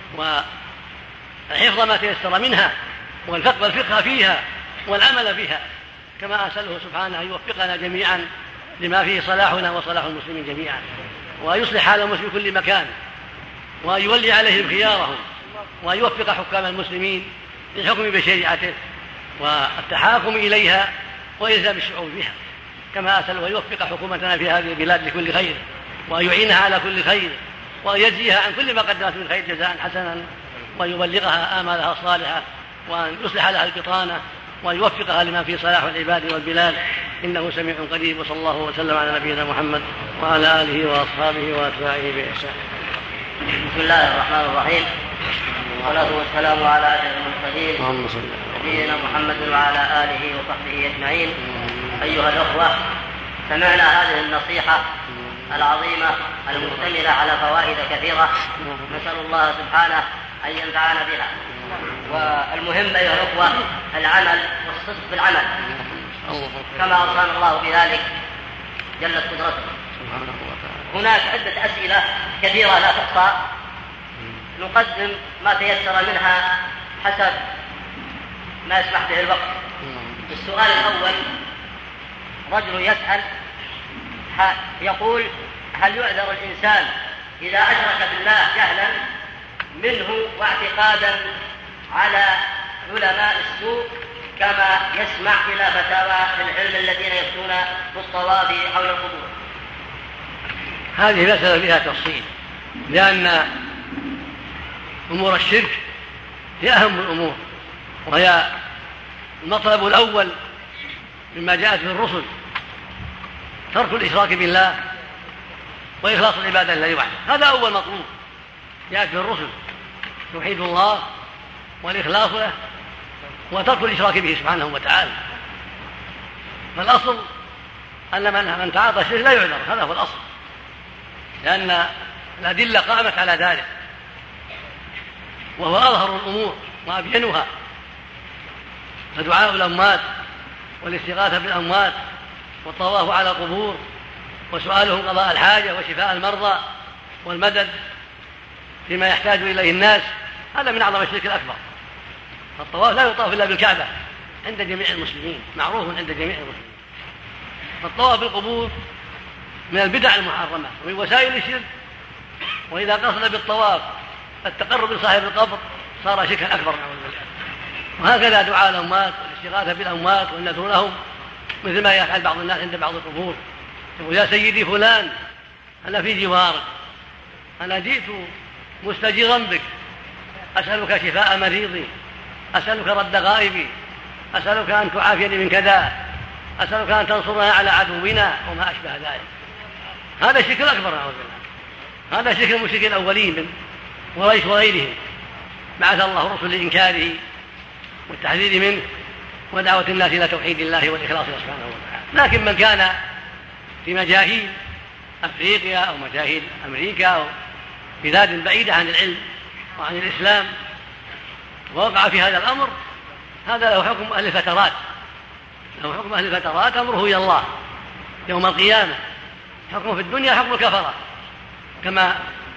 وحفظ ما تيسر منها والفقه فيها والعمل بها. كما أسأله سبحانه أن يوفقنا جميعا لما فيه صلاحنا وصلاح المسلمين جميعا، ويصلح حال المسلمين في كل مكان، وأن يولي عليهم خيارهم، وأن يوفق حكام المسلمين للحكم بشريعته والتحاكم إليها وإلزام الشعوب بها. كما أسأل أن يوفق حكومتنا في هذه البلاد لكل خير، وأن يعينها على كل خير، وأن يجزيها عن كل ما قدمت من خير جزاء حسنا، وأن يبلغها آمالها الصالحة، وأن يصلح لها البطانة، وأن يوفقها لما في صلاح العباد والبلاد، إنه سميع قريب. وصلى الله وسلم على نبينا محمد وعلى آله وأصحابه وأتباعه بإحسان. بسم الله الرحمن الرحيم، والصلاة والسلام على أشرف المرسلين نبينا محمد وعلى آله وصحبه أجمعين. أيها الأخوة، سمعنا هذه النصيحة العظيمة المشتملة على فوائد كثيرة، نسأل الله سبحانه أن ينفعنا بها. والمهم أيها الأخوة العمل والصدق في العمل، كما أوصانا الله بذلك جلت قدرته. هناك عدة أسئلة كثيرة لا تحصى، نقدم ما تيسر منها حسب ما يسمح به الوقت. السؤال الأول، رجل يسأل يقول: هل يعذر الإنسان إذا أشرك بالله جهلا منه واعتقادا على علماء السوء، كما يسمع إلى فتاوى العلم الذين يفتون بالصواب حول القبور؟ هذه مسألة فيها تفصيل، لأن أمور الشرك هي أهم الأمور، وهي المطلب الأول مما جاءت به الرسل، ترك الإشراك بالله وإخلاص العبادة لله وحده. هذا أول مطلوب جاءت به الرسل، توحيد الله والإخلاص له وترك الإشراك به سبحانه وتعالى. فالأصل أن من تعاطى الشرك لا يعذر، هذا هو الأصل، لأن الأدلة قامت على ذلك، وهو أظهر الأمور وأبينها. فدعاء الأموات والاستغاثة بالأموات والطواف على القبور وسؤالهم قضاء الحاجة وشفاء المرضى والمدد فيما يحتاج إليه الناس، هذا من أعظم الشرك الأكبر. الطواف لا يطاف إلا بالكعبة عند جميع المسلمين، معروف عند جميع المسلمين. فالطواف بالقبور من البدع المحرمة ومن وسائل الشرك، وإذا قصد بالطواف التقرب لصاحب القبر صار شركا أكبر. وهكذا دعاء الأموات والاستغاثة بالأموات والنذر لهم، مثل ما يفعل بعض الناس عند بعض القبور، يقول يا سيدي فلان أنا في جوارك، أنا جئت مستجيرا بك، أسألك شفاء مريضي، أسألك رد غائبي، أسألك أن تعافيني من كذا، أسألك أن تنصرنا على عدونا وما أشبه ذلك. هذا الشرك الأكبر نعوذ بالله، هذا شرك المشركين الأولين من قريش وغيرهم، بعث الله رسل لإنكاره والتحذير منه ودعوة الناس إلى توحيد الله والإخلاص سبحانه وتعالى. لكن من كان في مجاهيل أفريقيا أو مجاهيل أمريكا أو بلاد بعيدة عن العلم وعن الإسلام ووقع في هذا الأمر، هذا له حكم أهل الفترات، له حكم أهل الفترات، أمره إلى الله يوم القيامة. حكمه في الدنيا حكم الكفرة كما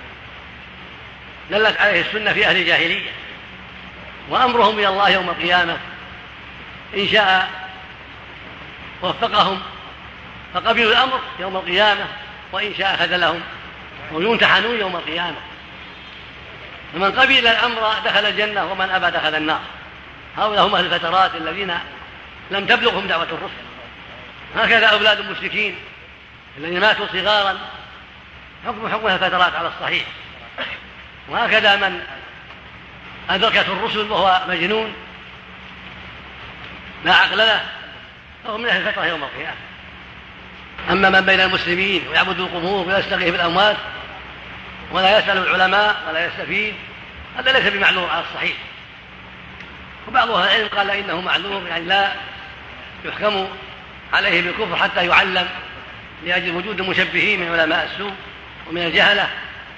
دلت عليه السنة في أهل الجاهلية، وأمرهم إلى الله يوم القيامة، إن شاء وفقهم فقبلوا الأمر يوم القيامة، وإن شاء خذلهم ويمتحنون يوم القيامة. فمن قبل الأمر دخل الجنة ومن أبى دخل النار. هؤلاء هم أهل الفترات الذين لم تبلغهم دعوة الرسل. هكذا أولاد المشركين الذين ماتوا صغارا حكم الفترات على الصحيح. وهكذا من أدركته الرسل وهو مجنون لا عقل له فهو من أهل الفترة يوم القيامة. أما من بين المسلمين ويعبد القبور ويستغيث بالأموات ولا يسأل العلماء ولا يستفيد، هذا ليس بمعلوم على الصحيح. وبعض أهل العلم قال إنه معلوم، يعني لا يحكم عليه بالكفر حتى يعلم، لأجل وجود المشبهين من علماء السوء ومن الجهلة.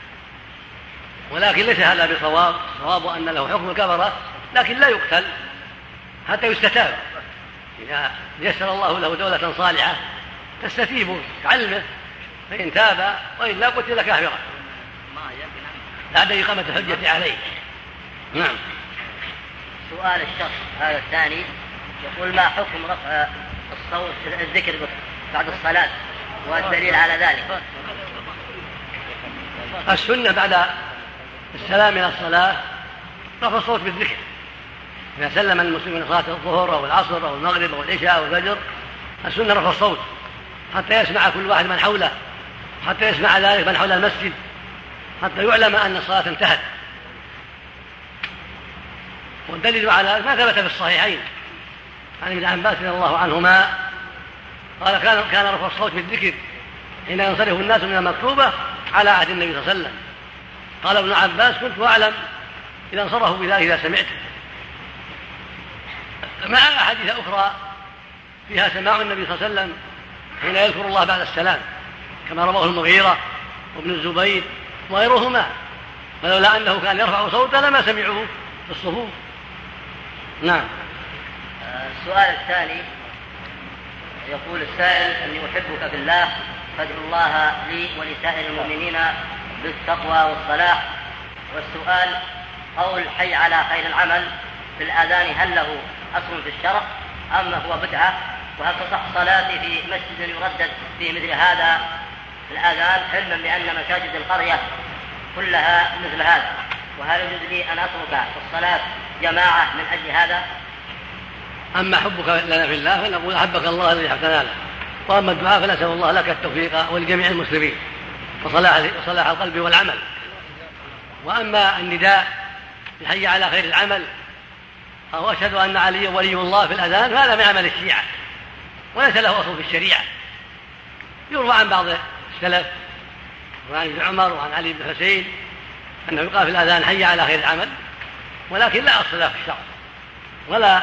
ولكن ليس هذا بصواب، الصواب أن له حكم الكفرة لكن لا يقتل حتى يستتاب. إذا يسر الله له دولة صالحة تستتيب كعلمه، فإن تاب وإلا قتل كافرا بعد إقامة الحجة عليه. نعم. سؤال الشخص هذا الثاني يقول ما حكم رفع الصوت الذكر بعد الصلاة والدليل على ذلك؟ السنة بعد السلام من الصلاة رفع الصوت بالذكر. إذا سلم المسلم من صلاة الظهر أو العصر أو المغرب أو العشاء أو الفجر، السنة رفع الصوت حتى يسمع كل واحد من حوله، حتى يسمع ذلك من حول المسجد، حتى يعلم أن الصلاة انتهت. والدليل على ذلك ما ثبت في الصحيحين عن ابن عباس رضي الله عنهما قال كان رفع الصوت بالذكر حين ينصرف الناس من المكتوبة على عهد النبي صلى الله عليه وسلم. قال ابن عباس كنت أعلم إذا انصرفوا بذلك إذا سمعته. مع أحاديث أخرى فيها سماع النبي صلى الله عليه وسلم حين يذكر الله بعد السلام، كما رواه المغيرة وابن الزبير وغيرهما، فلولا أنه كان يرفع صوته لما سمعوه في الصفوف. نعم. السؤال الثاني يقول السائل أني أحبك في الله فادعو الله لي ولسائر المؤمنين بالتقوى والصلاح. والسؤال قول حي على خير العمل في الآذان هل له أصل في الشرع أم هو بدعة؟ وهل تصح صلاتي في مسجد يردد في مثل هذا الآذان علما بأن مساجد القرية كلها مثل هذا؟ وهل يجوز لي أن أترك الصلاة جماعة من أجل هذا؟ أما حبك لنا في الله فنقول أحبك الله الذي أحببتنا له، وأما الدعاء فنسأل الله لك التوفيق ولجميع المسلمين وصلاح القلب والعمل. وأما النداء بالحي على خير العمل أو أشهد أن علي ولي الله في الأذان فهذا من عمل الشيعة وليس له أصل في الشريعة. يروى عن بعض السلف وعن ابن عمر وعن علي بن حسين أنه يقال في الأذان حي على خير العمل، ولكن لا أصل له في الشرع ولا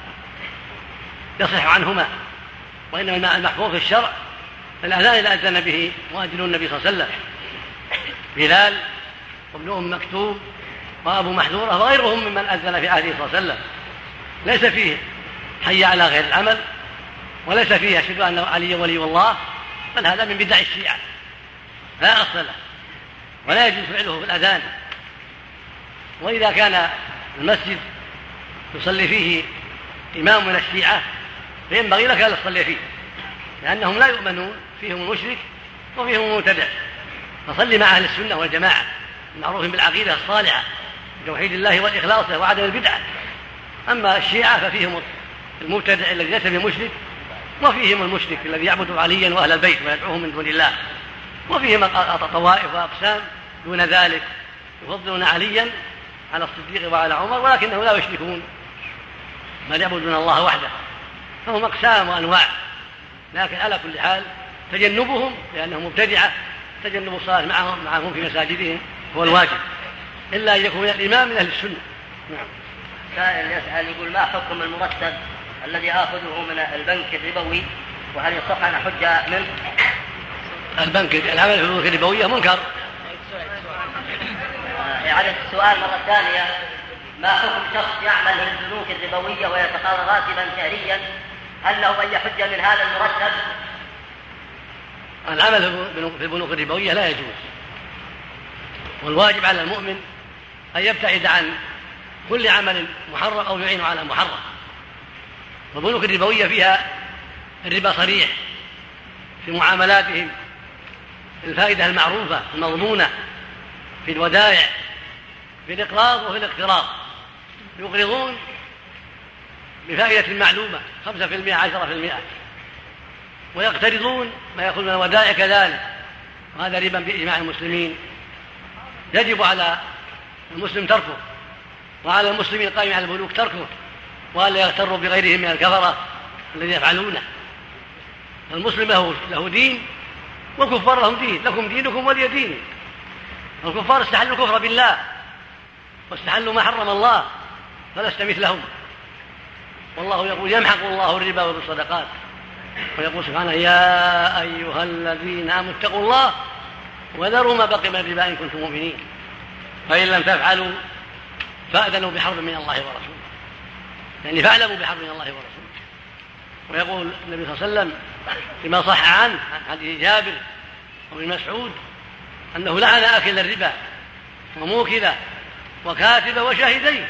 يصح عنهما، وإنما المحفوظ في الشرع الأذان الذي أذن به مؤذن النبي صلى الله عليه وسلم بلال وابن أم مكتوم وأبو محذورة وغيرهم ممن أذن في عهده صلى الله عليه وسلم، ليس فيه حي على غير العمل وليس فيها أشهد أن علي ولي الله، بل هذا من بدع الشيعة لا أصل له، ولا يجوز فعله في الأذان. وإذا كان المسجد يصلي فيه إمام من الشيعة فينبغي لك أن تصلي فيه، لأنهم لا يؤمنون، فيهم المشرك وفيهم المبتدع، فصلي مع أهل السنة والجماعة المعروفين بالعقيدة الصالحة بتوحيد الله والإخلاص وعدم البدعة. أما الشيعة ففيهم المبتدع الذي ليس بمشرك، وفيهم المشرك الذي يعبد عليا وأهل البيت ويدعوهم من دون الله، وفيهم طوائف وأقسام دون ذلك يفضلون عليا على الصديق وعلى عمر، ولكنهم لا يشركون بل يعبدون الله وحده، فهم أقسام وأنواع. لكن على كل حال تجنبهم لأنهم مبتدعة، تجنب الصلاة معهم في مساجدهم هو الواجب، إلا أن يكون الإمام من أهل السنة. نعم. سائل يسأل يقول: ما حكم المرتب الذي آخذه من البنك الربوي، وهل يصح أن أحج منه؟ البنك العمل في البنوك الربوية منكر. إعادة السؤال مرة ثانية: ما حكم شخص يعمل في البنوك الربوية ويتقاضى راتبا شهريا، هل له أن يحج من هذا المرتب؟ العمل في البنوك الربوية لا يجوز، والواجب على المؤمن أن يبتعد عن كل عمل محرم أو يعين على محرم. والبنوك الربوية فيها الربا صريح في معاملاتهم، الفائدة المعروفة المضمونة في الودائع، في الإقراض وفي الاقتراض، يقرضون بفائدة معلومة 5% 10%، ويقترضون ما يأخذ من الودائع كذلك، وهذا ربا بإجماع المسلمين، يجب على المسلم تركه، وعلى المسلمين القائمين على البنوك تركه، وألا يغتروا بغيرهم من الكفرة الذين يفعلونه. المسلم له دين والكفار لهم دين، لكم دينكم ولي دين. الكفار استحلوا الكفر بالله واستحلوا ما حرم الله، فلست مثلهم. والله يقول: يمحق الله الربا بالصدقات، ويقول سبحانه: يا أيها الذين آمنوا اتقوا الله وذروا ما بقي من الربا إن كنتم مؤمنين، فإن لم تفعلوا فأذنوا بحرب من الله ورسوله، يعني فاعلموا بحرب من الله ورسوله. ويقول النبي صلى الله عليه وسلم فيما صح عنه عن حديث جابر وابن مسعود أنه لعن آكل الربا وموكله وكاتبه وشاهديه.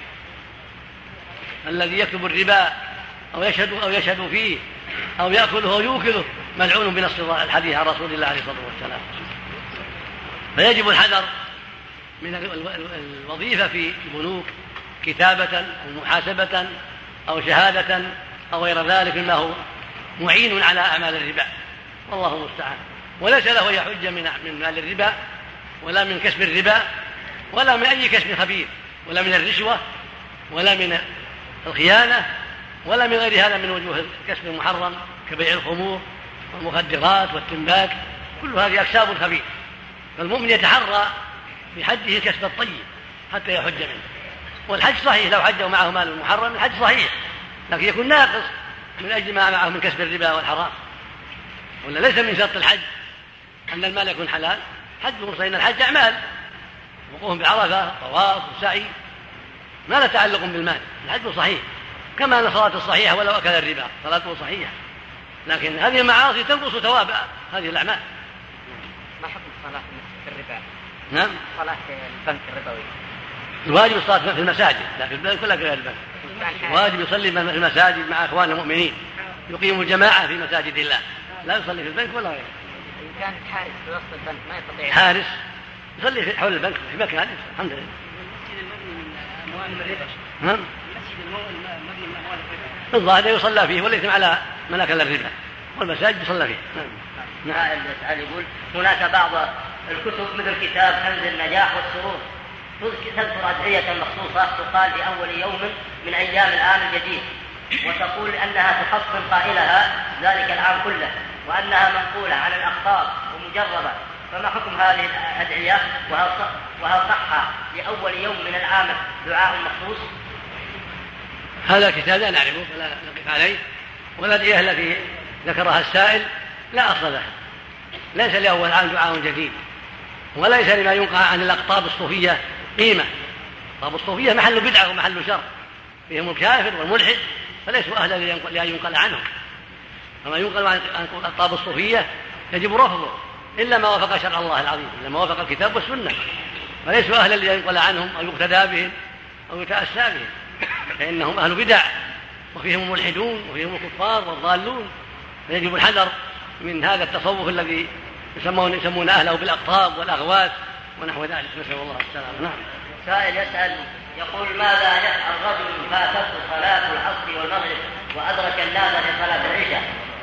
الذي يكتب الربا أو يشهد فيه أو يأكله أو يوكله ملعون بنص الحديث عن رسول الله عليه الصلاة والسلام. فيجب الحذر من الوظيفة في البنوك كتابة أو محاسبة أو شهادة أو غير ذلك مما هو معين على أعمال الربا، والله المستعان. وليس له يحج من مال الربا ولا من كسب الربا ولا من أي كسب خبيث، ولا من الرشوة ولا من الخيانة ولا من غير هذا من وجوه الكسب المحرم كبيع الخمور والمخدرات والتنباك، كل هذه أكساب خبيث. فالمؤمن يتحرى بحجه الكسب الطيب حتى يحج منه. والحج صحيح، لو حج معه مال محرم الحج صحيح، لكن يكون ناقص من أجل ما معه من كسب الربا والحرام. ولا ليس من شرط الحج أن المال يكون حلال، حج مرسلين الحج أعمال، وقوفهم بعرفة طواف وسعي، ما له تعلق بالمال، الحج صحيح، كما أن الصلاة الصحيحة ولو أكل الربا صلاته صحيحة، لكن هذه المعاصي تنقص ثواب هذه الأعمال. ما حكم الصلاة في الربا؟ نعم، صلاة في البنك الربوي الواجب الصلاة في المساجد، لا في البنك ولا في البنك. الواجب يصلي في المساجد مع إخوان المؤمنين، يقيم الجماعة في مساجد الله، لا يصلي في البنك ولا غيره. إن كان حارس في وسط البنك ما يستطيع حارس يصلي في حول البنك في مكان، الحمد لله. المسجد المبني من أموال الربا. نعم، المسجد المبني من أموال الربا الظاهر يصلى فيه وليس على من أكل الربا، والمساجد يصلى فيه. نعم. يسأل يقول: هناك بعض الكتب مثل كتاب كنز النجاح والسرور تذكر أدعية مخصوصة تقال في أول يوم من أيام العام الجديد، وتقول أنها تحصن قائلها ذلك العام كله، وأنها منقولة عن الأخبار ومجربة، فما حكم هذه الأدعية؟ وهل صح لأول يوم من العام دعاء مخصوص؟ هذا الكتاب لا نعرفه فلا نقف عليه، والأدعية التي ذكرها السائل لا أصل لها، ليس لأول عام دعاء جديد، وليس لما ينقل عن الأقطاب الصوفية قيمة. الأقطاب الصوفية محل بدعة ومحل شر، فيهم الكافر والملحد، فليسوا أهلا لأن ينقل عنهم. فما ينقل عن الأقطاب الصوفية يجب رفضه إلا ما وافق شرع الله العظيم، إلا ما وافق الكتاب والسنة، فليسوا أهلا لينقل عنهم أو يقتدى بهم أو يتأسى بهم، فإنهم أهل بدع وفيهم الملحدون وفيهم الكفار والضالون، فيجب الحذر من هذا التصوف الذي يسمون أهله بالأقطاب والأغواث ونحو ذلك، نسأل الله السلامة. نعم. سائل يسأل يقول: ماذا يفعل رجل فاتته صلاة العصر والمغرب وأدرك الناس في صلاة العشاء؟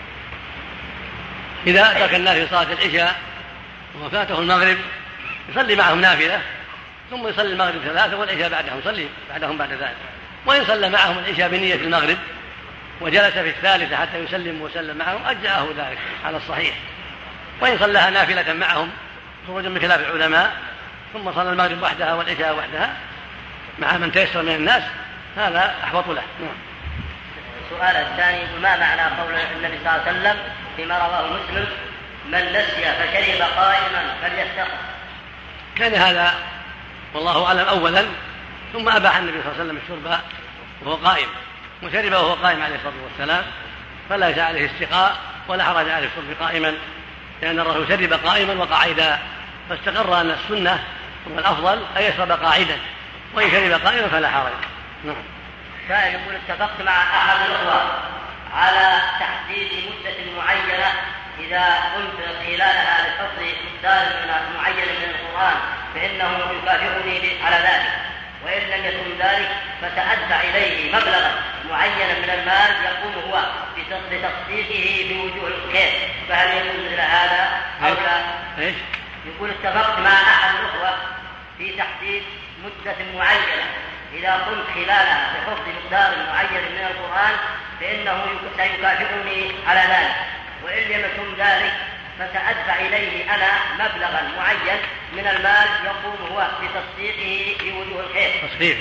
إذا أدرك الناس في صلاة العشاء وفاته المغرب يصلي معهم نافلة، ثم يصلي المغرب 3 والعشاء بعدهم، يصلي بعدهم بعد ذلك. وإن صلى معهم العشاء بنية المغرب وجلس في الثالثة حتى يسلم وسلم معهم أجزأه ذلك على الصحيح. وإن صلىها نافلة معهم خروجا من خلاف العلماء ثم صلى المغرب وحدها والعشاء وحدها مع من تيسر من الناس هذا أحوط له. السؤال الثاني: ما معنى قول النبي صلى الله عليه وسلم فيما رواه مسلم: من نسي فشرب قائما فليستقم؟ كان هذا والله أعلم أولا، ثم أباح النبي صلى الله عليه وسلم الشرب وهو قائم، وشرب وهو قائم عليه الصلاة والسلام، فليس عليه استقاء ولا حرج عليه الشرب قائما، لأن الرسول شرب قائما وقعدا، فاستقر أن السنة والأفضل أن يشرب قاعدا، وإن شرب قائما فلا حرج. نعم. سائل يقول: اتفقت مع أحد الأخوة على تحديد مدة معينة إذا قمت خلالها لحفظ مقدار معين من القرآن فإنه يكافئني على ذلك، وإن لم يكن ذلك فسأدفع إليه مبلغا معينا من المال يقوم هو بتصديقه بوجوه الخير، فهل يكون مثل هذا أو لا؟ يقول: اتفقت مع أحد الأخوة في تحديد مدة معينة إذا قمت خلالها بحفظ مقدار معين من القرآن فإنه سيكافئني على ذلك، وإن لم يكن ذلك فسأدفع إليه أنا مبلغا معين من المال يقوم هو بتصديقه بوجوه الخير.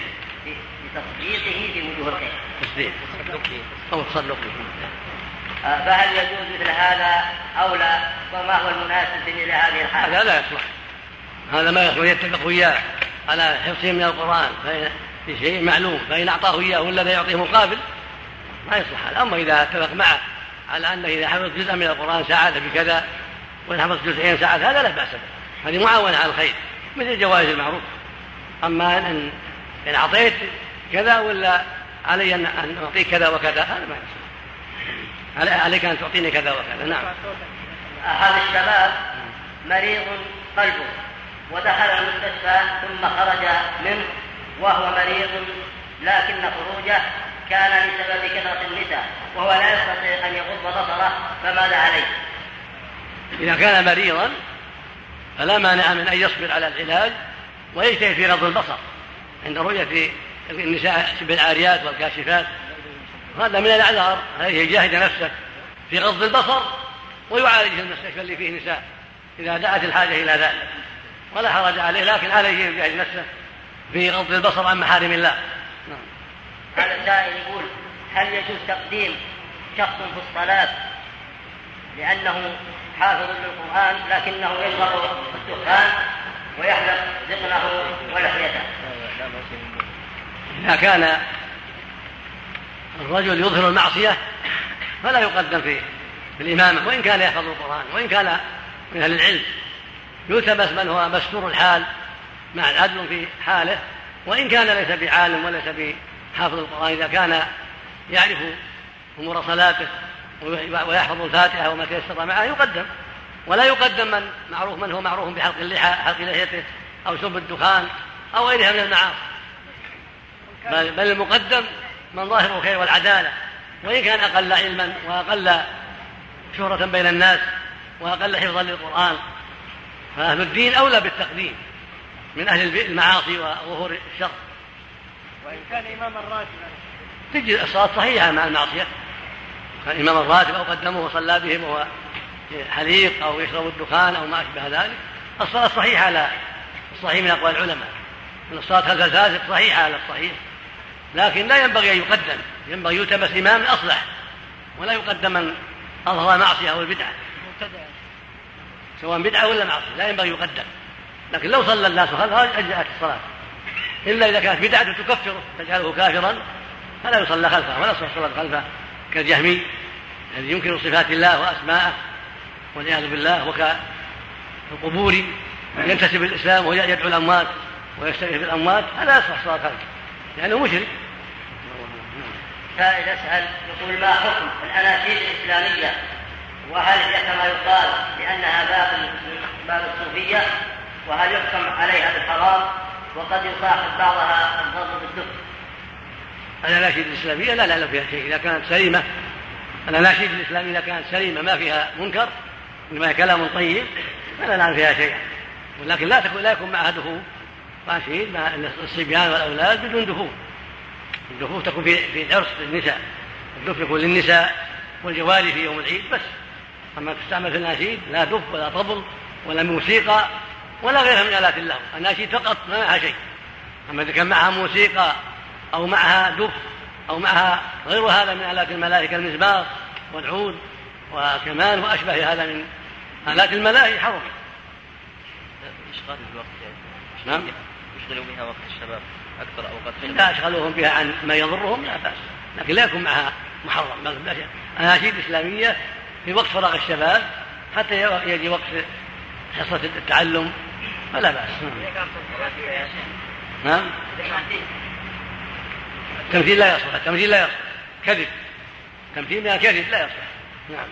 بتصديقه بوجوه الخير. تصديق أو تصدق. فهل يجوز مثل هذا أو لا؟ وما هو المناسب في مثل هذه الحالة؟ هذا لا يصلح، هذا ما يصلح يتفق وياه على حفظه من القرآن في شيء معلوم، فإن أعطاه إياه ولا لا يعطيه مقابل ما يصلح هذا. أما إذا اتفق معه على أنه إذا حفظ جزءا من القرآن ساعده بكذا وإن حفظ جزئين ساعد، هذا لا بأس به، هذه معاونة على الخير مثل جوائز المعروف. أما إن أعطيت كذا ولا علي أن أعطيك كذا وكذا هذا ما يصلح، عليك أن تعطيني كذا وكذا. نعم. أحد الشباب مريض قلبه ودخل المستشفى ثم خرج منه وهو مريض، لكن خروجه كان لسبب كثرة النساء وهو لا يستطيع أن يغض بصره، فماذا عليه؟ إذا كان مريضا فلا مانع من أن يصبر على العلاج ويجتهد في غض البصر عند رؤية النساء بالعاريات والكاشفات، هذا من الأعذار، عليه يجاهد نفسه في غض البصر ويعالج المستشفى اللي فيه نساء إذا دعت الحاجة إلى ذلك، ولا حرج عليه، لكن عليه يجاهد نفسه في غض البصر عن محارم الله. هذا السائل يقول: هل يجوز تقديم شخص في الصلاة لأنه حافظ للقرآن لكنه يشرب الدخان ويحلق ذقنه ولحيته؟ إذا كان الرجل يظهر المعصية فلا يقدم في الإمامة، وإن كان يحفظ القرآن وإن كان من أهل العلم، يلتمس من هو مستور الحال مع العدل في حاله، وإن كان ليس بعالم وليس بحافظ القرآن، إذا كان يعرف أمور صلاته ويحفظ الفاتحة وما تيسر معه يقدم، ولا يقدم من هو معروف بحلق اللحى حلق لحيته أو شرب الدخان أو غيرها من المعاصي، بل المقدم من ظاهر الخير والعدالة، وإن كان أقل علما وأقل شهرة بين الناس وأقل حفظا للقرآن، فأهل الدين أولى بالتقديم من أهل المعاصي وظهور الشر. وإن كان إمام الراتب تجي الصلاة صحيحة مع المعصية، كان إمام الراتب أو قدمه وصلى بهم وهو حليق أو يشرب الدخان أو ما أشبه ذلك، الصلاة صحيحة على الصحيح من أقوال العلماء، أن الصلاة خلف الفاسق صحيحة على الصحيح، لكن لا ينبغي أن يقدم، ينبغي يلتمس إمام أصلح، ولا يقدم من أظهر معصية أو البدعة سواء بدعة ولا معصية، لا ينبغي يقدم. لكن لو صلى الناس خلفه أجزأت الصلاة، إلا إذا كانت بدعة تكفره تجعله كافرا فلا يصلى خلفه ولا يصلى خلفه كالجهمي الذي ينكر صفات الله وأسماءه والعياذ بالله، وكالقبور ينتسب الإسلام ويدعو الأموات ويستغيث بالأموات، هذا يصح صلاة خلفه لأنه مشرك. سائل يسأل يقول: ما حكم الأناشيد الإسلامية؟ وهل هي كما يقال لأنها باب الصوفية؟ وهل يحكم عليها بالحرام؟ وقد يصاحب بعضها الضرب بالدف. الأناشيد الإسلامية لا نعلم فيها شيء إذا كانت سليمة. الأناشيد الإسلامية إذا كانت سليمة ما فيها منكر إنما هي كلام طيب فلا نعلم فيها شيئا، ولكن لا يكون معها دفوف وأناشيد مع الصبيان والأولاد بدون دفوف. الدفوف تكون في العرس للنساء، الدف يكون للنساء والجواري في يوم العيد بس. أما تستعمل في الأناشيد لا دف ولا طبل ولا موسيقى ولا غيرها من آلات اللهو، الأناشيد فقط ما معها شيء. أما إذا كان معها موسيقى أو معها دف أو معها غير هذا من آلات الملائكة المزمار والعود وكمان وأشبه هذا من آلات الملائكة حرم. إشغال الوقت نعم يشغلوا بها وقت الشباب أكثر أوقات لا أشغلوهم بها عن ما يضرهم لا بأس، لكن لا يكون معها محرم. أناشيد إسلامية في وقت فراغ الشباب حتى يجي وقت حصة التعلم فلا بأس. نعم التمثيل لا يصلح، التمثيل لا يصلح، كذب، تمثيل من الكذب لا يصلح. نعم.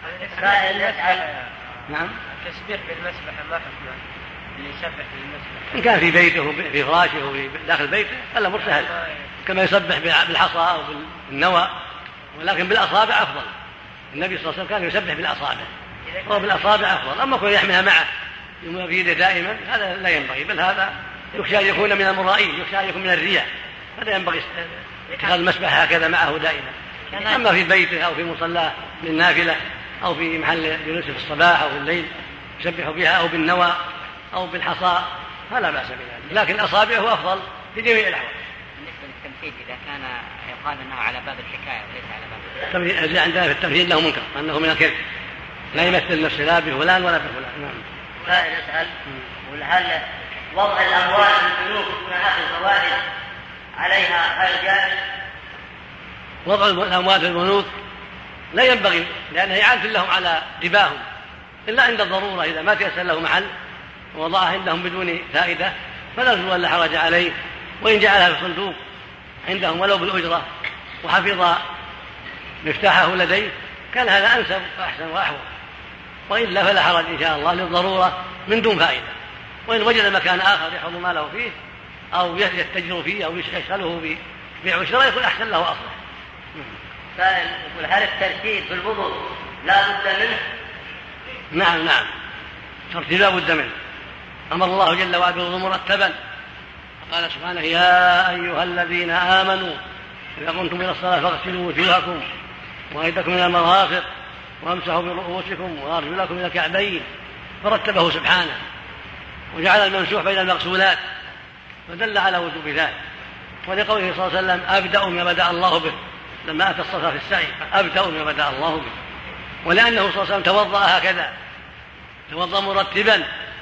نعم. التسبيح بالمسبح ما حكمه؟ اللي يسبح بالمسبح إن كان في بيته في فراشه وفي داخل بيته الأمر سهل، كما يسبح بالحصى أو بالنوى، ولكن بالأصابع أفضل. النبي صلى الله عليه وسلم كان يسبح بالأصابع وبالأصابع أفضل. أما كون يحملها معه في يده دائما هذا لا ينبغي، بل هذا يخشى أن يكون من المرائين، يخشى أن يكون من الرياء. هذا ينبغي اتخاذ المسبح هكذا معه دائما. أما في بيته أو في مصلاه للنافلة أو في محل جلوسه في الصباح أو في الليل يسبح بها أو بالنوى أو بالحصى فلا بأس بذلك، لكن أصابعه أفضل في جميع الأحوال. بالنسبة للتمثيل إذا كان يقال أنه على باب الحكاية وليس على باب التمثيل، عندنا في التمثيل له منكر أنه من الكذب، لا يمثل نفسه لا بفلان ولا بفلان. نعم. سائل يسأل: هل وضع الأموال في البنوك دون أخذ الفوائد عليها غير جائز؟ وضع الأموال في البنوك لا ينبغي، لأنه يعاد لهم على رباهم إلا عند الضرورة. إذا ما تيسر له محل ووضعها عندهم بدون فائدة فلا يجوز ولا حرج عليه، وإن جعلها في صندوق عندهم ولو بالأجرة وحفظ مفتاحه لديه كان هذا أنسب وأحسن وأحوط، وإلا فلا حرج إن شاء الله للضرورة من دون فائدة. وإن وجد مكان آخر يحفظ ماله فيه أو يتجر فيه أو يشغله ببيع وشراء يكون أحسن له وأصلح. سائل يقول: هل الترتيب في الوضوء لا بد منه؟ نعم الترتيب لا بد منه. أمر الله جل وعلا بالوضوء مرتبا، قال سبحانه: يا أيها الذين آمنوا إذا قمتم إلى الصلاة فاغسلوا وجوهكم وأيديكم إلى المرافق وامسحوا برؤوسكم وأرجلكم إلى الكعبين، فرتبه سبحانه وجعل الممسوح بين المغسولات فدل على وجوب ذلك. ولقوله صلى الله عليه وسلم: أبدأ ما بدأ الله به، لما أتى الصلاة في السعي أبدأ ما بدأ الله به. ولأنه صلى الله عليه وسلم توضأ هكذا، توضأ مرتبا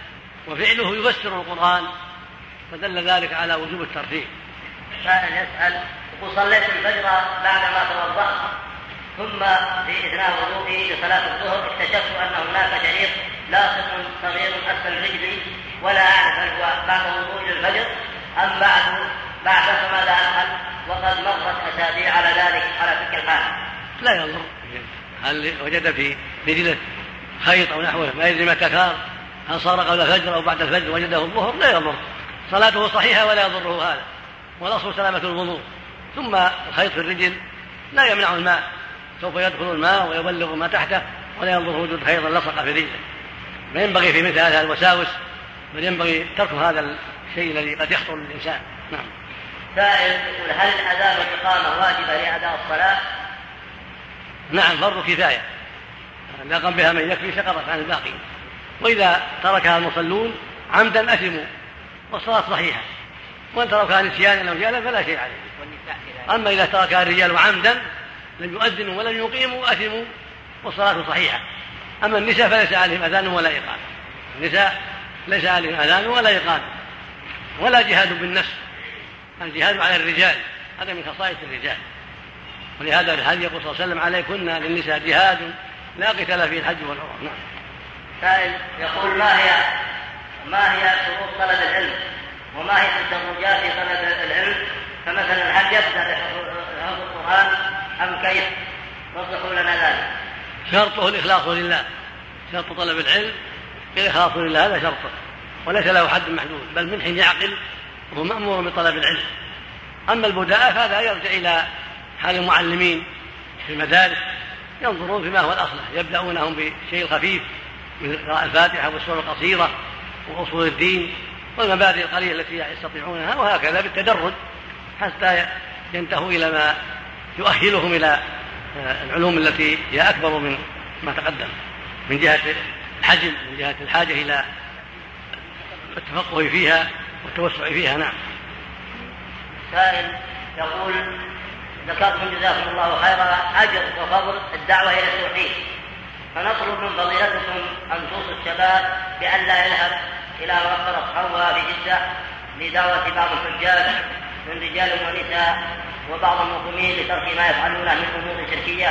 وفعله يفسر القرآن فدل ذلك على وجوب الترتيب. سائل يسأل: صليت الفجر بعدما توضأت ثم في أثناء وضوئي لصلاة الظهر اكتشفت أن هناك شريط لاصق صغير أسفل رجلي ولا أعرف هل هو بعد وضوئي للفجر أم بعد فماذا أفعل وقد مرت أسابيع على ذلك على تلك الحال؟ لا يضر. هل وجد في رجله خيط أو نحوه ما يدري متى كان، هل صار قبل الفجر أو بعد الفجر وجده الظهر لا يضر، صلاته صحيحة ولا يضره هذا، والأصل سلامة الوضوء. ثم الخيط في الرجل لا يمنع الماء، سوف يدخل الماء ويبلغ ما تحته ولا يضر وجود خيط لصق في رجله. ما ينبغي في مثل هذه الوساوس، بل ينبغي ترك هذا الشيء الذي قد يخطر للإنسان. نعم. سائل يقول: هل الأذان والإقامة واجبة لأداء الصلاة؟ نعم فرض كفاية، إذا قام بها من يكفي سقطت عن الباقي، وإذا تركها المصلون عمدا أثموا والصلاة صحيحة، وإن تركها نسيانا أو جهلا فلا شيء عليه. أما إذا تركها الرجال عمدا لم يؤذنوا ولم يقيموا أثموا والصلاة صحيحة. أما النساء فليس عليهم أذان ولا إقامة، النساء ليس عليهم أذان ولا إقامة ولا جهاد بالنفس، الجهاد على الرجال هذا من خصائص الرجال. ولهذا الحديث يقول صلى الله عليه وسلم: عليكن للنساء جهاد لا قتال فيه الحج والعمرة. نعم. سائل يقول: ما هي شروط طلب العلم وما هي التدرجات في طلب العلم؟ فمثلا هل يبدأ بحفظ القرآن أم كيف؟ وضحوا لنا ذلك. شرطه الإخلاص لله، شرط طلب العلم الإخلاص لله، هذا شرطه وليس له حد محدود، بل من حين يعقل وهو مأمور بطلب العلم. أما البداء فهذا يرجع إلى حال المعلمين في المدارس، ينظرون فيما هو الأصلح، يبدأونهم بالشيء الخفيف من قراءة الفاتحة والسور القصيرة وأصول الدين والمبادئ القليلة التي يستطيعونها، وهكذا بالتدرج حتى ينتهوا إلى ما يؤهلهم إلى العلوم التي هي أكبر من ما تقدم من جهة الحجم، من جهة الحاجة إلى التفقه فيها والتوسع فيها. نعم. سائل يقول: ذكرتم جزاكم الله خيرا أجر وفضل الدعوة إلى التوحيد، فنطلب من فضيلتكم أن توصوا الشباب بأن لا يذهب إلى مقبرة حواء في جدة لدعوة بعض الحجاج من رجال ونساء وبعض المقيمين لترك ما يفعلونه من أمور شركية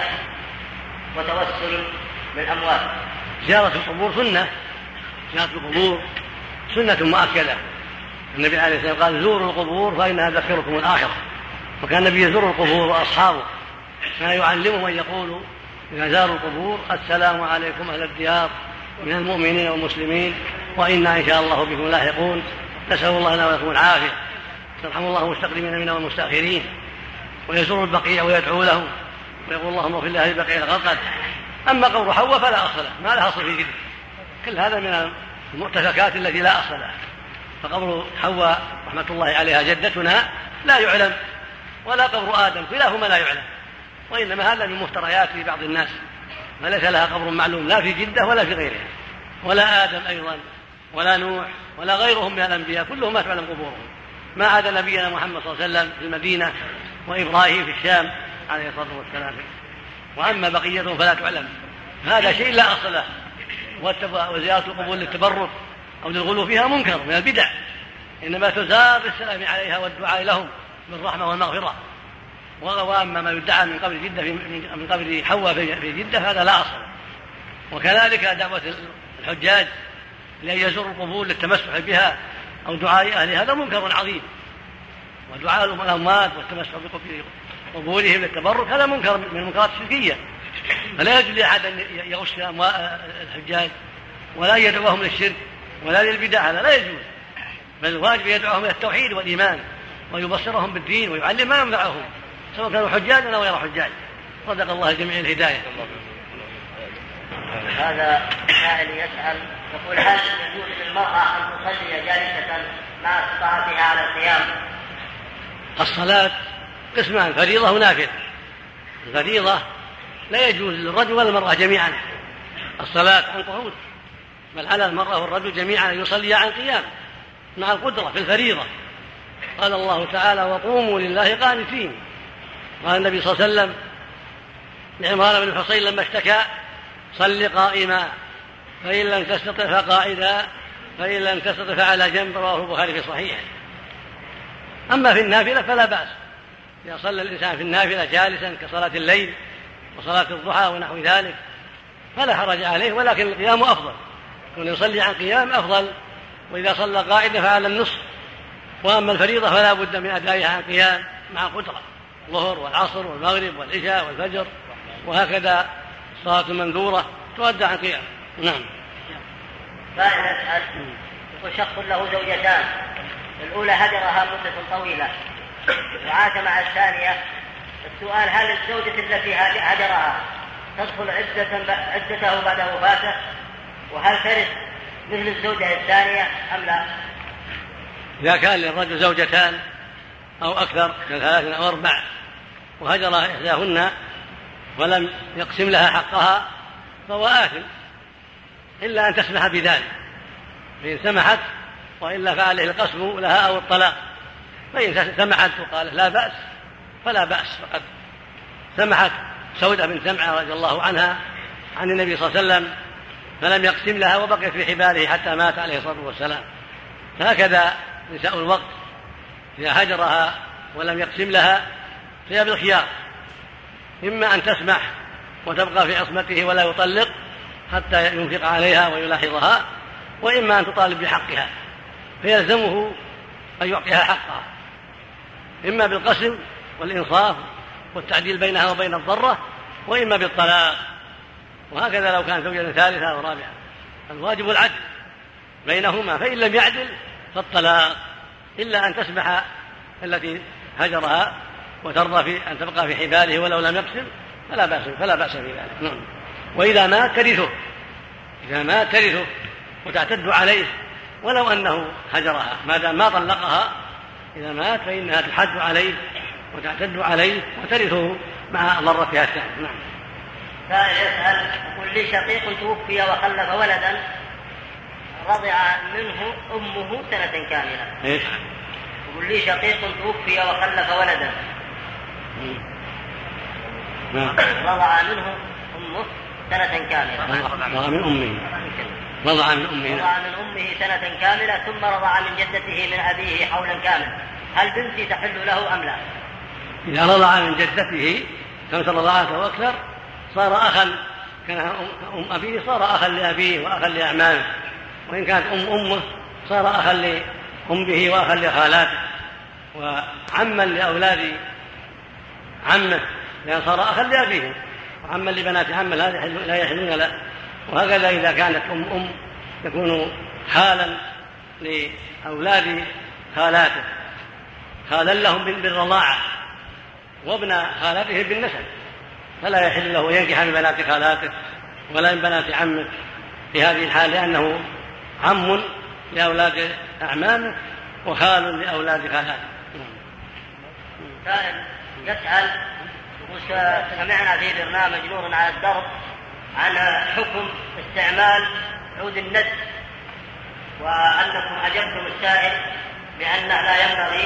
وتوسل بالأموال. زيارة القبور سنة، زيارة القبور سنة مؤكدة. النبي عليه الصلاة والسلام قال: زوروا القبور فإنها تذكركم الآخرة. وكان النبي يزور القبور وأصحابه ما يعلمهم أن يقولوا إذا زاروا القبور: السلام عليكم أهل الديار من المؤمنين والمسلمين وإنا إن شاء الله بكم لاحقون، نسأل الله لنا ولكم العافية، يرحم الله المستقدمين منا والمستأخرين. ويزور البقيع ويدعو لهم ويقول: اللهم اغفر لأهل البقيع الغرقد. أما قبر حواء فلا أصل له، ما لها أصل في جده، كل هذا من المؤتفكات التي لا أصل لها. فقبر حواء رحمة الله عليها جدتنا لا يعلم، ولا قبر آدم كلاهما لا يعلم، وإنما هذا من مفتريات في بعض الناس، فليس لها قبر معلوم لا في جدة ولا في غيرها، ولا آدم أيضا ولا نوح ولا غيرهم من الأنبياء، كلهم ما تعلم قبورهم، ما عدا نبينا محمد صلى الله عليه وسلم في المدينة وإبراهيم في الشام عليه الصلاة والسلام. وأما بقيتهم فلا تعلم، هذا شيء لا أصل له. وزيارة القبور للتبرك أو للغلو فيها منكر من البدع، إنما تزار بالسلام عليها والدعاء لهم بالرحمة والمغفرة. وأما ما يدعى من قبر جدة من قبر حواء في جدة هذا لا أصل. وكذلك دعوة الحجاج لأن يزوروا القبور للتمسح بها أو دعاء أهلها هذا منكر عظيم، ودعاء الأموات والتمسح بقبورهم للتبرك هذا منكر من المنكرات الشركية. فلا يجوز لأحد أن يغش الحجاج ولا يدعوهم للشرك ولا للبدع، هذا لا يجوز، بل الواجب يدعوهم إلى التوحيد والإيمان ويبصرهم بالدين ويعلم ما ينفعهم سواء كانوا حجاجا أو غير حجاج. صدق الله الجميع الهداية. هذا سائل يسأل يقول: هل يجوز للمرأة أن تصلي جالسة مع استطاعتها على القيام؟ الصلاة قسمان: فريضة ونافلة. الفريضة لا يجوز للرجل والمرأة جميعا الصلاة عن قعود، بل على المرأة والرجل جميعا يصلي عن قيام مع القدرة في الفريضة. قال الله تعالى: وقوموا لله قانتين. قال النبي صلى الله عليه وسلم لعمران بن حصين لما اشتكى: صل قائما فإن لم تستطع فقاعدا فإن لم تستطع فعلى جنب. رواه البخاري في صحيحه. أما في النافلة فلا بأس، إذا صلى الإنسان في النافلة جالسا كصلاة الليل وصلاة الضحى ونحو ذلك فلا حرج عليه، ولكن القيام أفضل، كون يصلي عن قيام أفضل، وإذا صلى قائدا فعلى النصف. وأما الفريضة فلا بد من أدائها عن قيام مع قدرة، الظهر والعصر والمغرب والعشاء والفجر، وهكذا الصلاة المنذورة تؤدى عن قيام. نعم. فإن يسأل يقول: شخص له زوجتان، الأولى هجرها مدة طويلة وعاش مع الثانية. السؤال: هل الزوجة التي هجرها تدخل عدته بعد وفاته؟ وهل ترث مثل الزوجة الثانية أم لا؟ إذا كان للرجل زوجتان أو أكثر من 3 أو 4 وهجر إحداهن ولم يقسم لها حقها فهو آثم، إلا أن تسمح بذلك، فإن سمحت، وإلا فعليه القسم لها أو الطلاق. فإن سمحت وقالت لا بأس فلا بأس، فقد سمحت سودة بن زمعة رضي الله عنها عن النبي صلى الله عليه وسلم فلم يقسم لها وبقيت في حباله حتى مات عليه الصلاة والسلام. فهكذا نساء الوقت إذا هجرها ولم يقسم لها فهي بالخيار، إما أن تسمح وتبقى في عصمته ولا يطلق حتى ينفق عليها ويلاحظها، وإما أن تطالب بحقها فيلزمه أن يعطيها حقها، إما بالقسم والإنصاف والتعديل بينها وبين الضرة، وإما بالطلاق. وهكذا لو كان زوجة ثالثة أو رابعة، الواجب العدل بينهما، فإن لم يعدل فالطلاق، إلا أن تسمح التي هجرها وترضى في أن تبقى في حباله ولو لم يقسم فلا بأس في ذلك. وإذا مات ترثه، إذا مات ترثه وتعتد عليه ولو أنه هجرها، ما دام ما طلقها إذا مات فإنها تحد عليه وتعتد عليه وترثه مع ضرتها الثانية. نعم. سائل يسأل يقول لي شقيق توفي وخلف ولدا رضع منه أمه سنة كاملة. إيش؟ يقول لي شقيق توفي وخلف ولدا رضع منه أمه سنة كاملة. رضع من أمه سنة كاملة ثم رضع من جدته من أبيه حولا كاملا، هل بنتي تحل له أم لا؟ إذا رضع من جدته 5 رضعات أو أكثر صار أخا، كان أم أبيه صار أخا لأبيه وأخا لأعمامه، وإن كانت أمه صار أخا لأمه وأخا لخالاته وعما لأولاد عمه، لأن صار أخا لأبيه وعما لبنات عمه لا يحلون له. وهكذا إذا كانت أم يكون خالا لأولاد خالاته، خالا لهم بالرضاعة وابن خالته بالنسب، فلا يحل له ينكح من بنات خالاته ولا من بنات عمه في هذه الحال، لأنه عم لأولاد أعمامه وخال لأولاد خالاته. سائل يسأل سمعنا في برنامج نور على الدرب عن حكم استعمال عود الند، وأنكم أجبتم السائل بأنه لا ينبغي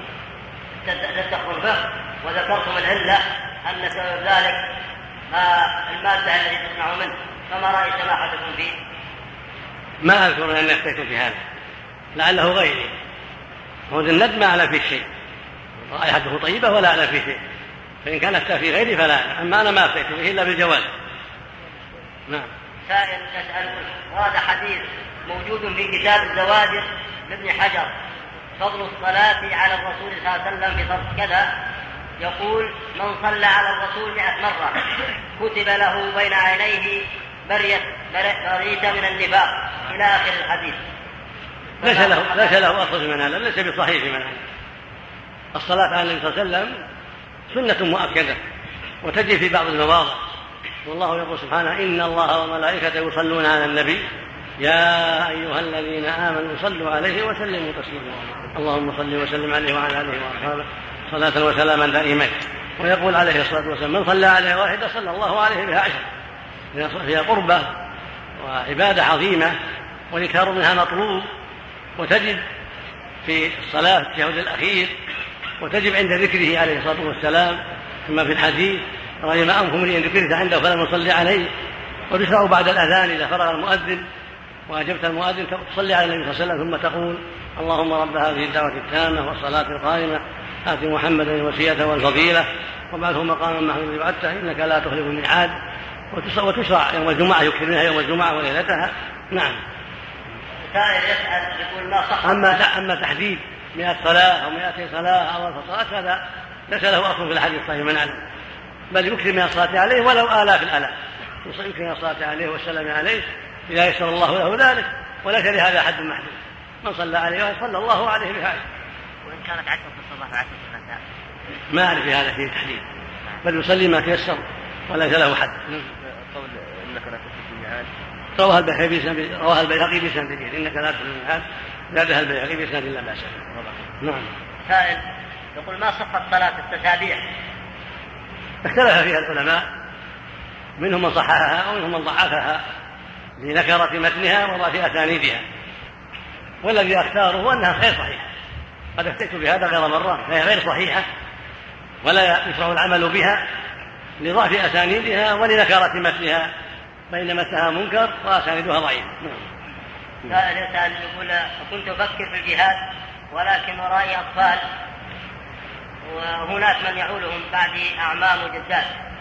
تدخل به، وذكرتم العلة أن سبب ذلك المادة التي تصنع منه، فما رأي سماحتكم فيه؟ ما أذكر أن أفتيت في هذا، لعله غيري. عود الند ما أعلم فيه شيء، رائحته طيبة ولا أعلم فيه شيء، فإن كان أفتى في غيري فلا، أما أنا ما أفتيت به إلا بالجواز. نعم. سائل يسأل هذا حديث موجود في كتاب الزواجر لابن حجر، فضل الصلاة على الرسول صلى الله عليه وسلم في صف كذا، يقول من صلى على الرسول 100 مرة كتب له بين عينيه برية من النفاق إلى آخر الحديث. ليس له أصل من هذا، ليس بصحيح من هذا. الصلاة على النبي صلى الله عليه وسلم سنة مؤكدة وتجي في بعض المواضع، والله يقول سبحانه إن الله وملائكته يصلون على النبي يا أيها الذين آمنوا صلوا عليه وسلموا تسليما، اللهم صل وسلم عليه وعلى آله وأصحابه صلاة وسلاما دائمين. ويقول عليه الصلاة والسلام من صلى عليه واحدة صلى الله عليه بها 10. فيها قربة وعبادة عظيمة والإكثار منها مطلوب، وتجب في الصلاة في التشهد الأخير، وتجب عند ذكره عليه الصلاة والسلام كما في الحديث رغم أنف امرئ ذكرت عنده فلم يصلي عليه. وتشرع بعد الأذان إذا فرغ المؤذن وأجبت المؤذن تصلي على النبي صلى الله عليه وسلم ثم تقول اللهم رب هذه الدعوة التامة والصلاة القائمة آت محمدا الوسيلة والفضيلة وابعثه مقاما محمودا وعدته إنك لا تخلف الميعاد. وتشرع يوم الجمعة، يكثر منها يوم الجمعة وليلتها. نعم. سائل يسأل يقول ما صح. أما تحديد 100 صلاة أو 200 صلاة أو 1000 صلاة هذا ليس له أصل في الحديث الصحيح من علم، بل يكثر من الصلاة عليه ولو آلاف الآلاف، يكثر من الصلاة عليه والسلام عليه إذا يسر الله له ذلك، وليس لهذا حد محدود. من صلى عليه صلى الله عليه بها 10. وإن كانت 10 في الصباح و10 في المساء ما أعرف هذا فيه تحديد، بل يصلي ما تيسر وليس له حد. قول إنك لا تخلف الميعاد رواه البيهقي بسند جيد، إنك لا تخلف الميعاد زادها البيهقي بسند لا بأس به. نعم. سائل يقول ما صحة صلاة التسابيح؟ اختلف فيها العلماء، منهم من صححها ومنهم من ضعفها لنكرة متنها وضعف أسانيدها، والذي أختاره أنها غير صحيحة. قد افتيت بهذا غير مرة، فهي غير صحيحة ولا يشرع العمل بها لضعف أسانيدها ولنكرة متنها، فإن متنها منكر وأسانيدها ضعيف. سائل يسأل يقول كنت أفكر في الجهاد ولكن ورائي أطفال وهناك من يعولهم بعد أعمام وجدات،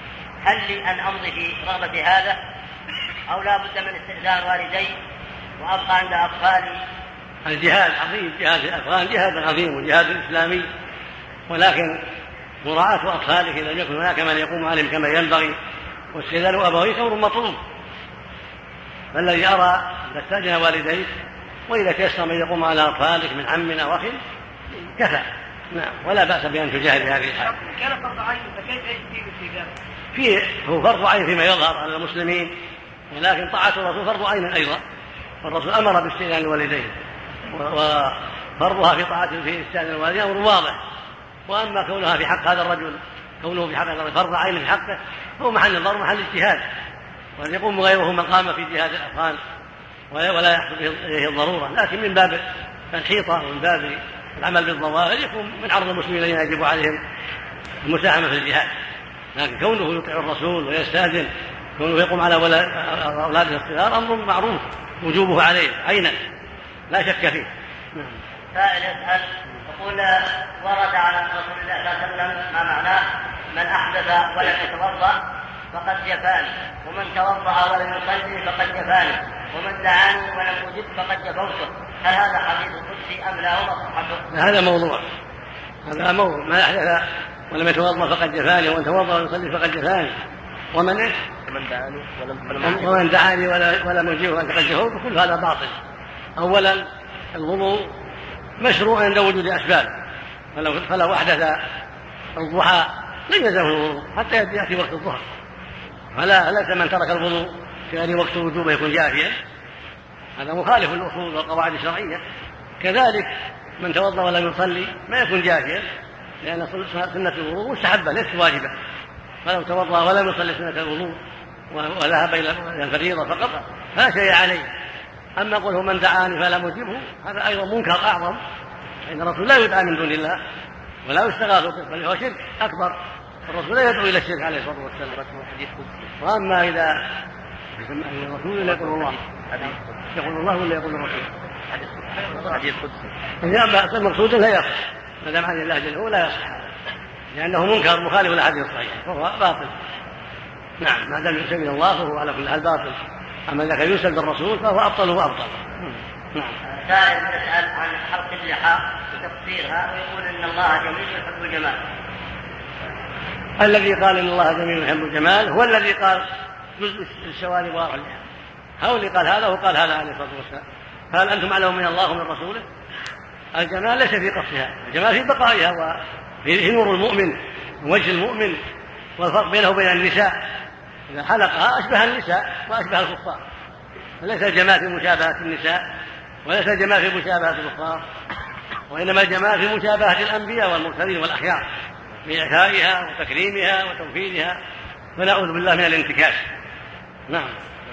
هل لي أن أمضي في رغبة هذا أو لا بد من استئذان والدي وأبقى عند أطفالي؟ الجهاد عظيم، جهاد الأطفال جهاد عظيم وجهاد إسلامي، ولكن مراعاة أطفالك إذا لم يكن هناك من يقوم عليهم كما ينبغي واستئذان أبويك أمر مطلوب. فالذي أرى أن تستأذن والديك، وإذا تيسر من يقوم على أطفالك من عم أو أخ كفى، نعم، ولا بأس بأن تجاهد هذه الحال. كان فرض عين فكيف يجب الاستئذان؟ هو فرض عين فيما يظهر على المسلمين، ولكن طاعة الرسول فرض عين أيضا، والرسول أمر باستئذان الوالدين، وفرضها في طاعته في استئذان الوالدين أمر واضح. وأما كونها في حق هذا الرجل، كونه في حق هذا الرجل فرض عين في حقه، هو محل نظر محل اجتهاد، وأن يقوم غيره مقام في جهاد الأطفال ولا يحصل إليه الضرورة، لكن من باب الحيطة ومن باب العمل بالظواهر يكون من عرض المسلمين الذين يجب عليهم المساهمة في الجهاد. لكن كونه يطيع الرسول ويستأذن، كونه يقوم على أولاده الصغار أمر معروف وجوبه عليه عينا لا شك فيه. سائل يسأل يقول ورد على رسول الله صلى الله عليه وسلم ما معناه من أحدث ولم يتوضأ فقد جفاني، ومن توضأ ولم يصلي فقد جفاني، ومن دعاني ولم أجب فقد جفوته. هل هذا حديث قدسي أم لا هو صحته؟ هذا موضوع من أحدث ولم يتوضأ فقد جفاني، ومن توضأ ولم يصلي فقد جفاني، ومن دعاني ولم أجبه فقد جفوته. كل هذا باطل. أولا الوضوء مشروع عند وجود أسباب، فلو أحدث الضحى لم يلزمه الوضوء حتى يأتي وقت الظهر، فليس من ترك الوضوء في غير وقت وجوبه يكون جافيا، هذا مخالف للأصول والقواعد الشرعية. كذلك من توضأ ولم يصلي ما يكون جافيا، لأن سنة الوضوء مستحبة ليست واجبة، فلو توضأ ولم يصلي سنة الوضوء وذهب إلى الفريضة فقط فلا شيء عليه. أما قوله من دعاني فلم أجبه هذا أيضا منكر أعظم، فإن الرسول لا يدعى من دون الله ولا يستغاث به، بل هو شرك أكبر. الرسول لا يدعو إلى الشرك عليه الصلاة والسلام. وأما إذا الرسول لا يقول الله، يقول الله ولا يقول الرسول؟ حديث قدسي. المقصود لا يصح، ما دام عن الله جل وعلا لا يصح، لأنه منكر مخالف للحديث الصحيح فهو باطل. نعم، ما دام يسلم من الله فهو على كل حال باطل. أما إذا كان يسلم بالرسول فهو أبطل وأبطل. نعم. سائل يسأل عن حلق اللحى وتقصيرها ويقول إن الله جميل يحب الجمال. الذي قال إن الله جميل يحب الجمال هو الذي قال جزء الشوارب وارع اللحى، هو اللي قال هذا وقال هذا عليه الصلاة والسلام. فهل أنتم أعلم من الله ومن رسوله؟ الجمال ليس في قصها، الجمال في بقائها وفي نور المؤمن ووجه المؤمن، والفرق بينه وبين النساء إذا حلقها أشبه النساء وأشبه الكفار، فليس الجمال في مشابهة النساء وليس الجمال في مشابهة الكفار، وإنما الجمال في مشابهة الأنبياء والمرسلين والأخيار بإعفائها وتكريمها وتوفيرها، فنعوذ بالله من الانتكاس. نعم.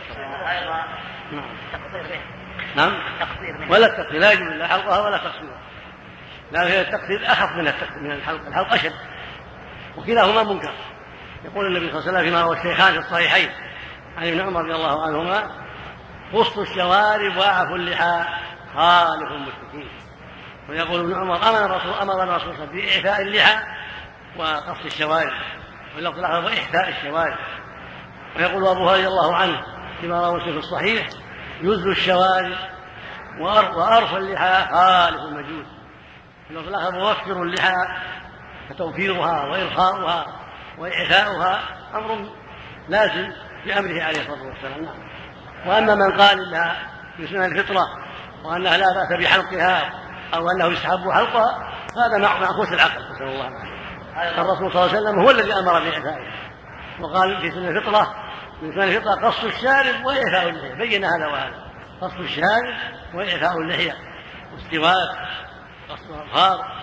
نعم. ولا التقصير لا يجوز لا حلقها ولا تقصيرها، لا هي التقصير أخف من الحلق، الحلق أشد، وكلاهما منكر. يقول النبي صلى الله عليه وسلم فيما هو الشيخان في الصحيحين عن ابن عمر رضي الله عنهما: قص الشوارب وأعفوا اللحى خالف المشركين. ويقول ابن عمر أمر الرسول بإعفاء اللحى وقص الشوارب، واللفظ الآخر وإحفاء الشوارب. ويقول أبو هريرة رضي الله عنه فيما رواه في الصحيح: يز الشوارب وأرفع اللحى خالف المجوس. واللفظ الآخر موفر اللحى، فتوفيرها وإرخاؤها وإعفاؤها أمر لازم بأمره عليه الصلاة والسلام. وأما من قال إنها في سنن الفطرة وأنها لا بأس بحلقها أو أنه يستحب حلقها هذا معكوس العقل، نسأل الله العافية. الرسول صلى الله عليه وسلم هو الذي أمر بإعفائها، وقال في سنن الفطرة من سنن الفطرة قص الشارب وإعفاء اللحية، بين هذا وهذا: قص الشارب وإعفاء اللحية، واستواء قص الأظهار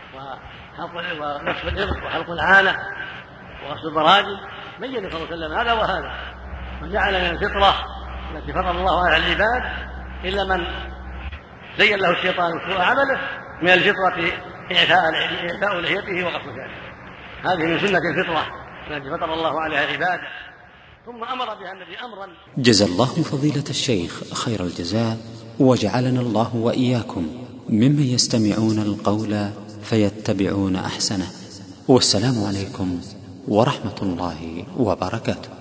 ونفس الإبط وحلق العانة وغسل البراجم، بين صلى الله عليه وسلم هذا وهذا، وجعل من الفطرة التي فرض الله على العباد إلا من زين له الشيطان سوء عمله من الفطرة إعفاء لحيته وقص شعره. هذه من سنة الفطرة التي فطر الله عليها عباده، ثم أمر بها النبي أمرا. جزا الله فضيلة الشيخ خير الجزاء، وجعلنا الله وإياكم ممن يستمعون القول فيتبعون أحسنه. والسلام عليكم ورحمة الله وبركاته.